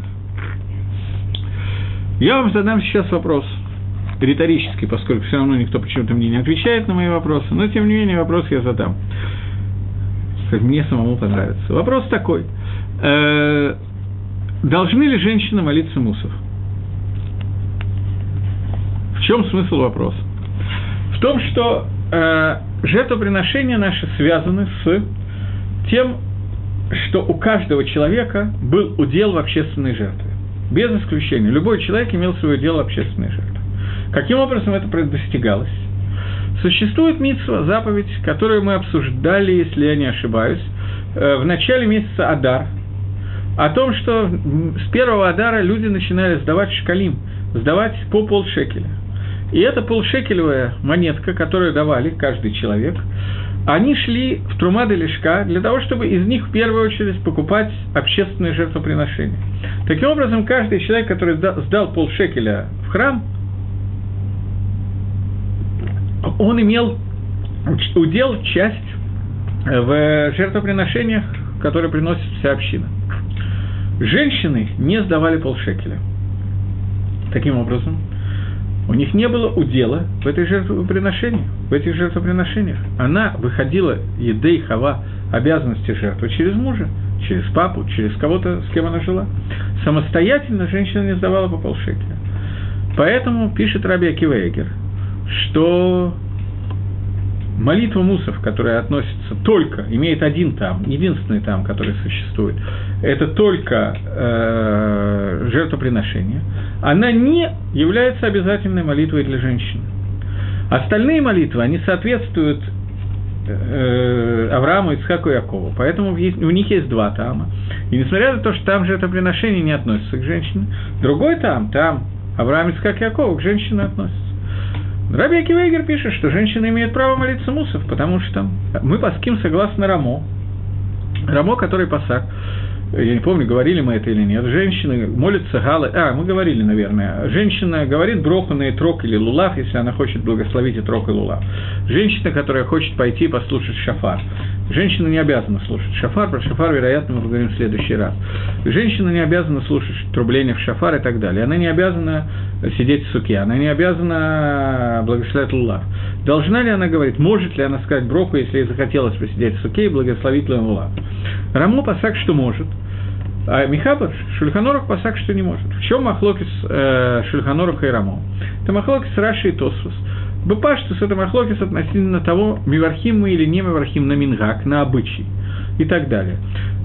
Я вам задам сейчас вопрос, риторический, поскольку все равно никто почему-то мне не отвечает на мои вопросы, но тем не менее вопрос я задам. Мне самому понравится. Вопрос такой. Должны ли женщины молиться мусов? В чем смысл вопроса? В том, что э, жертвоприношения наши связаны с тем, что у каждого человека был удел в общественной жертве. Без исключения. Любой человек имел свой удел в общественной жертве. Каким образом это достигалось? Существует мицва, заповедь, которую мы обсуждали, если я не ошибаюсь, э, в начале месяца Адар, о том, что с первого Адара люди начинали сдавать шкалим, сдавать по полшекеля. И эта полшекелевая монетка, которую давали каждый человек, они шли в Трума де Лишка для того, чтобы из них в первую очередь покупать общественные жертвоприношения. Таким образом, каждый человек, который сдал полшекеля в храм, он имел удел, часть в жертвоприношениях, которые приносит вся община. Женщины не сдавали полшекеля. Таким образом, у них не было удела в этой жертвоприношении, в этих жертвоприношениях. Она выходила, едей хава, обязанности жертвы через мужа, через папу, через кого-то, с кем она жила. Самостоятельно женщина не сдавала по полшекеля. Поэтому пишет Раби Акива Эйгер, что молитва мусов, которая относится только, имеет один там, единственный там, который существует, это только э, жертвоприношение, она не является обязательной молитвой для женщин. Остальные молитвы, они соответствуют э, Аврааму, Ицхаку и Якову, поэтому у них есть два тама. И несмотря на то, что там жертвоприношение не относится к женщине, другой там, там Авраам, Ицхак и Яков к женщине относится. Раби Акива Эйгер пишет, что женщины имеют право молиться мусов, потому что мы паским согласно Рамо. Рамо, который пасак, я не помню, говорили мы это или нет, женщины молятся галы, а, мы говорили, наверное, женщина говорит броху на итрок или лулав, если она хочет благословить итрок и лулав. Женщина, которая хочет пойти послушать шафар. Женщина не обязана слушать шафар, про шафар, вероятно, мы поговорим в следующий раз. Женщина не обязана слушать трубление в шафар и так далее. Она не обязана сидеть в суке, она не обязана благословить лулав. Должна ли она говорить, может ли она сказать броху, если ей захотелось посидеть в суке и благословить лулав? Рамо пасак, что может, а Михабар, Шульхан Арух пасак, что не может. В чем махлокис э, Шульхан Аруха и Рамо? Это махлокис Раши и Тосфос. Бепаштус – это махлокис относительно того, мивархим мы или не мивархим на мингак, на обычай и так далее.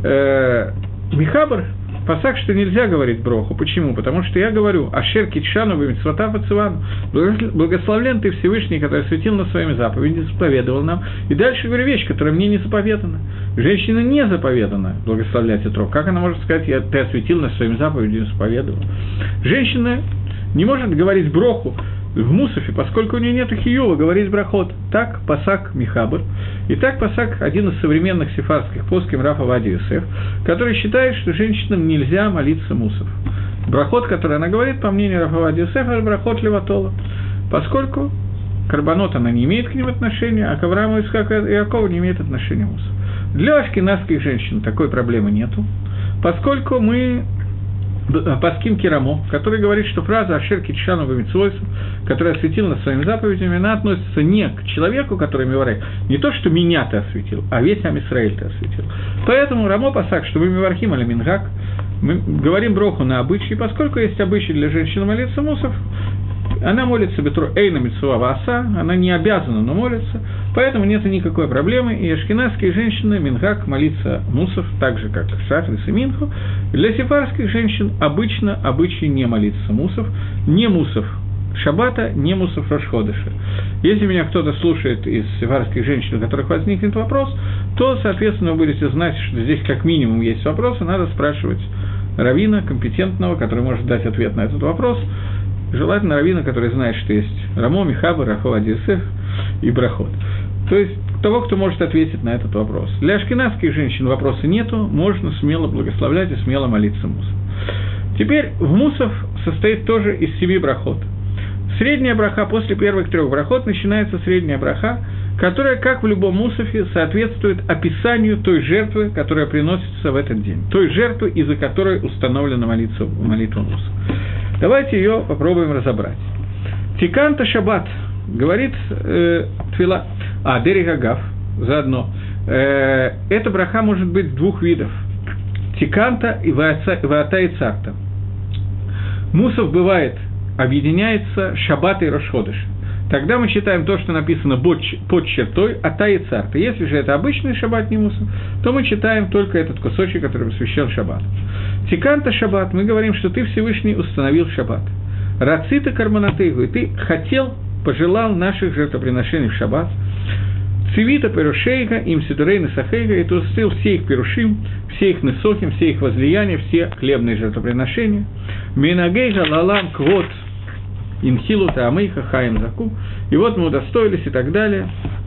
Э, Михабар пасак, что нельзя говорить броху. Почему? Потому что я говорю, ашер китшану бемитсвата пацивану, благословлен ты Всевышний, который осветил нас своими заповедями, заповедовал нам. И дальше говорю вещь, которая мне не заповедана. Женщина не заповедана благословлять итрок. Как она может сказать, я, ты осветил нас своими заповедями, заповедовал? Женщина не может говорить броху в мусафе, поскольку у нее нет хиюва, говорить брахот. Так пасак Михабр, и так пасак один из современных сефардских поским Раф Овадия Йосеф, который считает, что женщинам нельзя молиться мусаф. Брахот, который она говорит, по мнению Раф Овадия Йосефа, это брахот леватола, поскольку карбонот она не имеет к ним отношения, а к Аврааму, Ицхаку и Якову не имеет отношения мусаф. Для ашкеназских женщин такой проблемы нету, поскольку мы паским Кирамо, который говорит, что фраза «Ашер китшану бемитсвойсу», которая осветила нас своими заповедями, она относится не к человеку, который миварек, не то, что меня ты осветил, а весь Ам Исраэль ты осветил. Поэтому Рамо пасак, что мы мивархим аля мингак, мы говорим броху на обычай, поскольку есть обычай для женщины молиться мусов, она молится бетру эйна митсуа вааса, она не обязана, но молится, поэтому нет никакой проблемы, и ашкеназские женщины мингак молиться мусов, так же, как шахрис и минху. Для сефардских женщин обычно обычай не молиться мусов, не мусов шаббата, не мусав Рош ходеша. Если меня кто-то слушает из сефардских женщин, у которых возникнет вопрос, то, соответственно, вы будете знать, что здесь как минимум есть вопросы, надо спрашивать раввина, компетентного, который может дать ответ на этот вопрос. Желательно раввина, который знает, что есть Рамо, Михаба, Рахо, Адиесеф и Брахот. То есть того, кто может ответить на этот вопрос. Для ашкеназских женщин вопроса нету, можно смело благословлять и смело молиться мусов. Теперь в мусов состоит тоже из семи брахот. Средняя браха после первых трех брахот начинается средняя браха, которая, как в любом мусафе, соответствует описанию той жертвы, которая приносится в этот день, той жертвы, из-за которой установлена молитва, молитва мусов. Давайте ее попробуем разобрать. Тиканта шаббат, говорит э, Твила, а, Дерек Агав, заодно. Э, эта браха может быть двух видов. Тиканта и Ваата и Царта. Мусов бывает, объединяется шаббат и Рош ходеш. Тогда мы читаем то, что написано под чертой Ата и Царта. Если же это обычный шаббат не мусов, то мы читаем только этот кусочек, который посвящен шаббату. Тиканта шаббат, мы говорим, что ты Всевышний установил шаббат. Рацита карманатыгу, и ты хотел, пожелал наших жертвоприношений в шаббат. Цивита перушейга, им сидурейна сахейга, и ты устил все их перушим, все их несохим, все их возлияния, все хлебные жертвоприношения. Минагейга лалам квот инхилу таамейха хаим заку. И вот мы удостоились и так далее.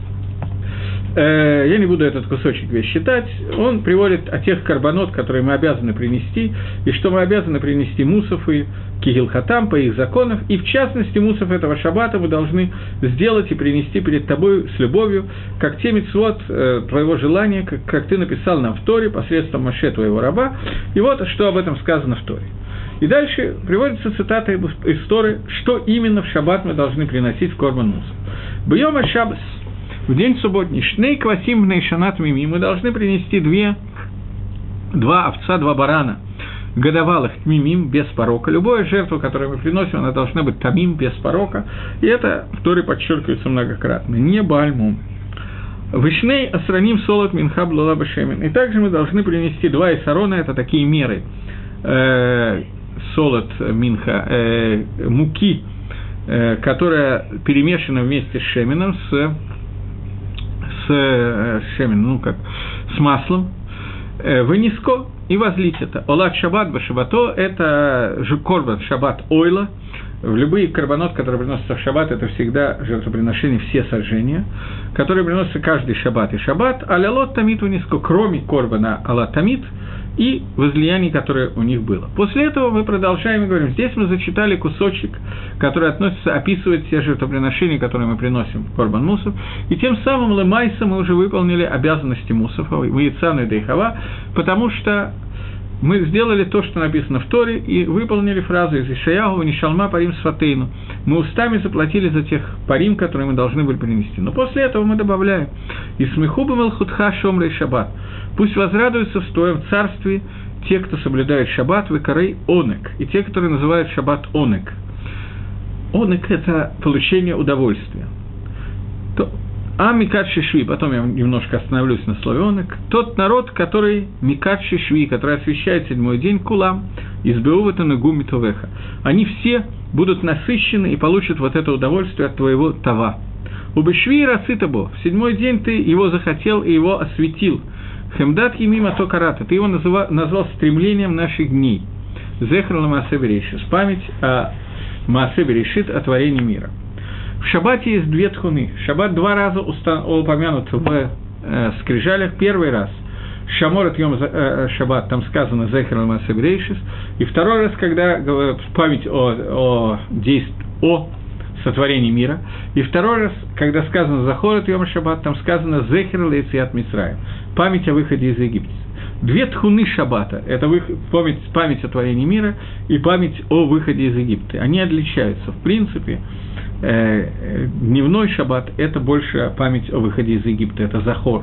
Я не буду этот кусочек весь считать. Он приводит о тех карбонот, которые мы обязаны принести, и что мы обязаны принести мусов и кигилхатам по их законам, и в частности мусов этого шаббата мы должны сделать и принести перед тобой с любовью, как те мицвот э, твоего желания, как, как ты написал нам в Торе посредством Моше твоего раба, и вот что об этом сказано в Торе. И дальше приводится цитата из Торы, что именно в шаббат мы должны приносить в корбан мусов. Бьёма шаббас, в день субботний, шней квасим нейшанат мими, мы должны принести две, два овца, два барана, годовалых тмимим, без порока. Любая жертва, которую мы приносим, она должна быть тамим, без порока. И это в Торе подчеркивается многократно. Не бальмум. Вышней асраним солод минхаб лула бешемен. И также мы должны принести два исарона, это такие меры. Э, солод минха, э, муки, э, которая перемешана вместе с шеменом, с, с, э, шемен, ну как, с маслом. Э, вынеско и возлить это. Олат шаббат башабато – это корбан шаббат ойла. В любые карбонот, которые приносятся в шаббат, это всегда жертвоприношения, все сожжения, которые приносятся каждый шаббат и шаббат. Алялот тамит вынеско, кроме корбана алат тамит и возлияний, которое у них было. После этого мы продолжаем и говорим, здесь мы зачитали кусочек, который относится, описывает те жертвоприношения, которые мы приносим в корбан мусов, и тем самым лемайса мы уже выполнили обязанности мусов, ваицану и дейхава, потому что мы сделали то, что написано в Торе, и выполнили фразу из Ишаяху «Нишалма парим сфатейну». Мы устами заплатили за тех парим, которые мы должны были принести. Но после этого мы добавляем «И смеху бы мелхутха шомрей шаббат». Пусть возрадуются в твоем царстве те, кто соблюдает шаббат, векарей онек, и те, которые называют шаббат онек. Онек – это получение удовольствия. То, а микат шишви, потом я немножко остановлюсь на слове онек, тот народ, который микат шишви, который освящает седьмой день кулам, избеувата нагу митовеха. Они все будут насыщены и получат вот это удовольствие от твоего тава. Убешви рацитабо, в седьмой день ты его захотел и его осветил. Хемдат емима то карата, ты его называл, назвал стремлением наших дней. Зехрала Маасе Берешит, память о Маасе Берешит, о творении мира. В шаббате есть две тхуны. Шаббат два раза упомянут в э, скрижалях. Первый раз Шамор от Йом э, Шаббат, там сказано Зехрала Маасе Берешит. И второй раз, когда э, память о, о, действ, о сотворении мира. И второй раз, когда сказано Захор от Йом Шаббат, там сказано Зехер лейциат Мицраим, память о выходе из Египта. Две тхуны шаббата – это выход, память, память о творении мира и память о выходе из Египта. Они отличаются. В принципе, э, дневной шаббат – это больше память о выходе из Египта, это Захор.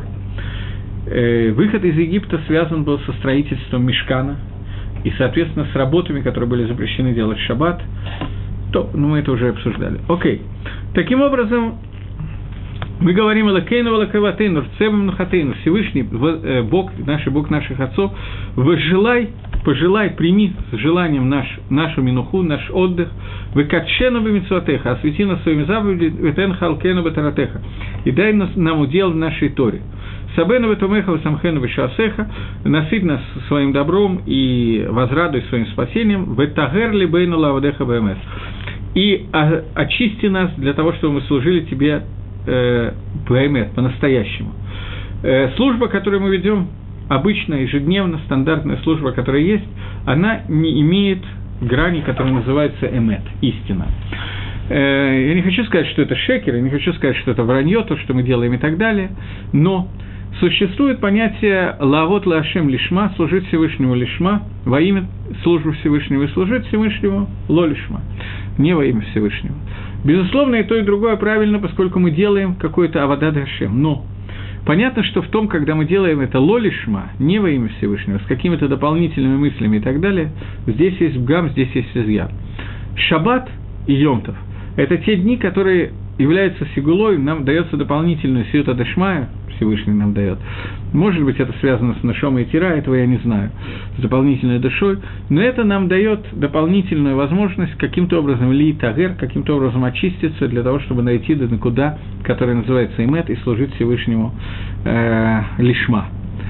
Э, выход из Египта связан был со строительством мишкана и, соответственно, с работами, которые были запрещены делать в шаббат. То, ну, мы это уже обсуждали. Окей. Таким образом, мы говорим «Элокейну, элокеватейну, рцебем нахатейну», Всевышний, Бог, наш Бог наших отцов, возжелай пожелай, прими с желанием наш, нашу минуху, наш отдых, выкатшену бемицватеха, освети нас своими заповедями, ветен халкену бетаратеха, и дай нас, нам удел в нашей Торе. Сабену ветумеха васамхену вешасеха, насыпь нас своим добром и возрадуй своим спасением, ветагер либейну лавадеха бэмэс, и очисти нас для того, чтобы мы служили тебе э, бэмэс, по-настоящему. Э, служба, которую мы ведем, обычная, ежедневно, стандартная служба, которая есть, она не имеет грани, которая называется эмет, истина. Э, я не хочу сказать, что это шекер, я не хочу сказать, что это вранье, то, что мы делаем и так далее, но существует понятие «лавот лашем лишма», служить Всевышнему лишма, во имя службы Всевышнего, и служить Всевышнему ло лишма, не во имя Всевышнего. Безусловно, и то, и другое правильно, поскольку мы делаем какой-то авадат Хашем, но понятно, что в том, когда мы делаем это ло лишма, не во имя Всевышнего, с какими-то дополнительными мыслями и так далее, здесь есть бгам, здесь есть изъян. Шаббат и Йом-Тов – это те дни, которые являются сигулой, нам дается дополнительную сиюта дешмая, Всевышний нам дает. Может быть, это связано с нашом и тира, этого я не знаю, с дополнительной душой, но это нам дает дополнительную возможность каким-то образом ли тагер, каким-то образом очиститься для того, чтобы найти до накуда, которая называется имет, и служить Всевышнему э, лишма.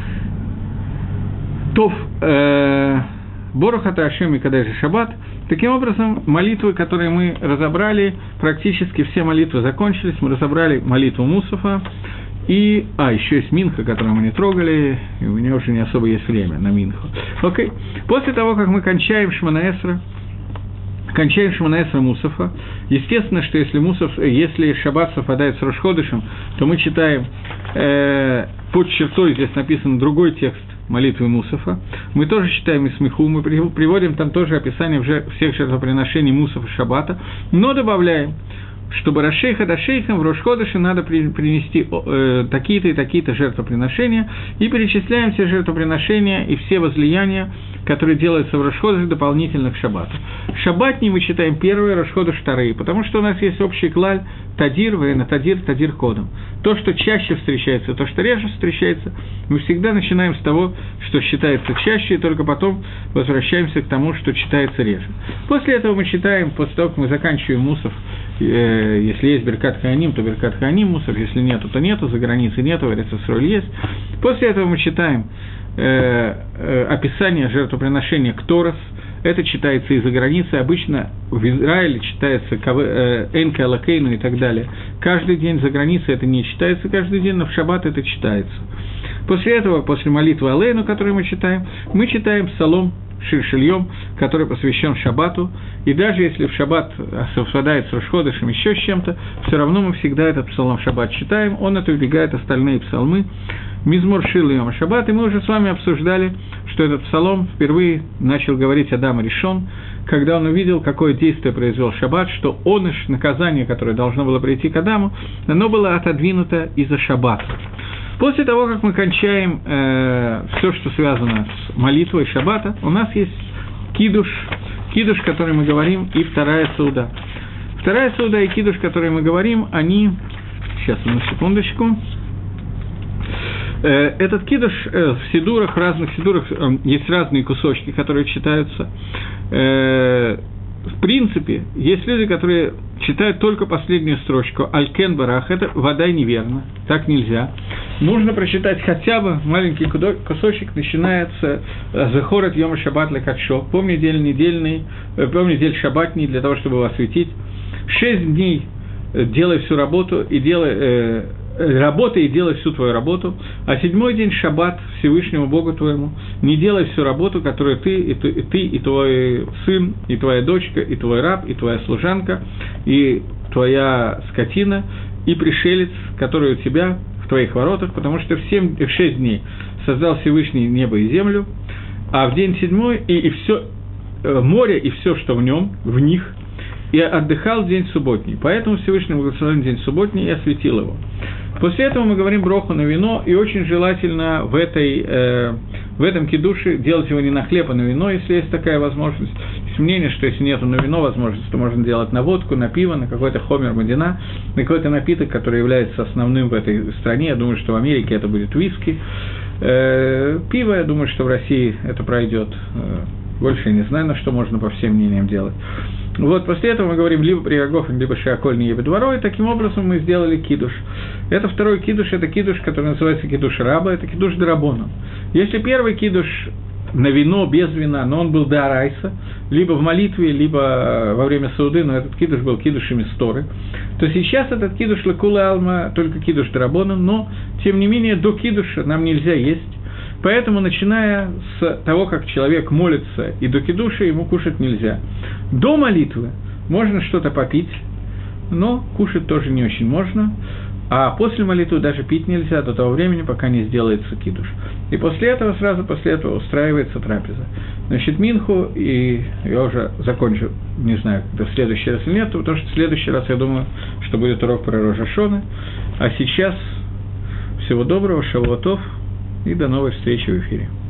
Тов э, Борухата Ашем и Кадеш Шаббат. Таким образом, молитвы, которые мы разобрали, практически все молитвы закончились. Мы разобрали молитву Мусафа. И, а, еще есть Минха, которую мы не трогали, и у меня уже не особо есть время на Минху. Окей. После того, как мы кончаем Шмона-Эсра, кончаем Шмона-Эсра Мусафа, естественно, что если, Мусаф, если Шаббат совпадает с Рош-Ходышем, то мы читаем э, под чертой, здесь написан другой текст молитвы Мусафа. Мы тоже читаем Исмиху, мы приводим там тоже описание всех жертвоприношений Мусафа Шаббата, но добавляем, чтобы Рашейха до Шейхам в Рош-Ходыше надо принести э, такие-то и такие-то жертвоприношения, и перечисляем все жертвоприношения и все возлияния, которые делаются в Рош-Ходыше дополнительно к Шаббату. Шаббатни мы читаем первые, Рош-Ходыш вторые, потому что у нас есть общий клаль Тадир, Вейна Тадир, Тадир Кодом. То, что чаще встречается, то, что реже встречается, мы всегда начинаем с того, что считается чаще, и только потом возвращаемся к тому, что читается реже. После этого мы читаем, после того, как мы заканчиваем Мусаф, э, если есть Беркат Хааним, то Беркат Хааним, Мусаф, если нету, то нету, за границей нету, Эрец Исроэль есть. После этого мы читаем э, э, описание жертвоприношения Кторос. Это читается из-за границы, обычно в Израиле читается Энка Алакейну и так далее. Каждый день за границей это не читается каждый день, но в Шаббат это читается. После этого, после молитвы Алейну, которую мы читаем, мы читаем Псалом Шир Шильем, который посвящен Шаббату, и даже если в Шаббат совпадает с Рош-Ходышем, еще с чем-то, все равно мы всегда этот Псалом в Шаббат читаем, он отодвигает остальные псалмы. Мизмор Шил Йом Шаббат, и мы уже с вами обсуждали, что этот псалом впервые начал говорить Адам Ришон, когда он увидел, какое действие произвел Шаббат, что оныш, наказание, которое должно было прийти к Адаму, оно было отодвинуто из-за Шаббата. После того, как мы кончаем э, все, что связано с молитвой Шаббата, у нас есть кидуш, кидуш, который мы говорим, и вторая сауда. Вторая сауда и кидуш, которые мы говорим, они... Сейчас, одну секундочку. Э, этот кидуш э, в сидурах, в разных сидурах э, есть разные кусочки, которые читаются. Э, в принципе, есть люди, которые читают только последнюю строчку «Аль-кен барах», это вода неверно, так нельзя. Нужно прочитать хотя бы маленький кусочек, начинается «Захорет йома шаббат лекадшо», помни дель недельный, помни дель шаббатний, для того, чтобы его осветить. Шесть дней делай всю работу и делай... Э, работай и делай всю твою работу, а седьмой день шаббат Всевышнему Богу твоему, не делай всю работу, которую ты и, ты, и ты, и твой сын, и твоя дочка, и твой раб, и твоя служанка, и твоя скотина, и пришелец, который у тебя в твоих воротах, потому что в, семь, в шесть дней создал Всевышний небо и землю, а в день седьмой и, и все море, и все, что в нем, в них, и отдыхал в день субботний. Поэтому Всевышний благословен день субботний и осветил его. После этого мы говорим броху на вино, и очень желательно в, этой, э, в этом кидуше делать его не на хлеб, а на вино, если есть такая возможность. Есть мнение, что если нет на вино возможности, то можно делать на водку, на пиво, на какой-то хомер мадина, на какой-то напиток, который является основным в этой стране. Я думаю, что в Америке это будет виски. Э, пиво, я думаю, что в России это пройдет. Больше я не знаю, на что можно по всем мнениям делать. Вот, после этого мы говорим либо приагофен, либо шиаколь не ебет дворой, и таким образом мы сделали кидуш. Это второй кидуш, это кидуш, который называется кидуш раба, это кидуш дарабона. Если первый кидуш на вино, без вина, но он был дарайса, либо в молитве, либо во время сауды, но этот кидуш был кидушем истории, то сейчас этот кидуш лекула алма, только кидуш дарабона, но, тем не менее, до кидуша нам нельзя есть. Поэтому, начиная с того, как человек молится, и до кидуша ему кушать нельзя. До молитвы можно что-то попить, но кушать тоже не очень можно. А после молитвы даже пить нельзя до того времени, пока не сделается кидуш. И после этого, сразу после этого устраивается трапеза. Значит, минху, и я уже закончу, не знаю, когда в следующий раз или нет, потому что в следующий раз, я думаю, что будет урок про Рош ха-Шана. А сейчас всего доброго, шавуа тов. И до новой встречи в эфире.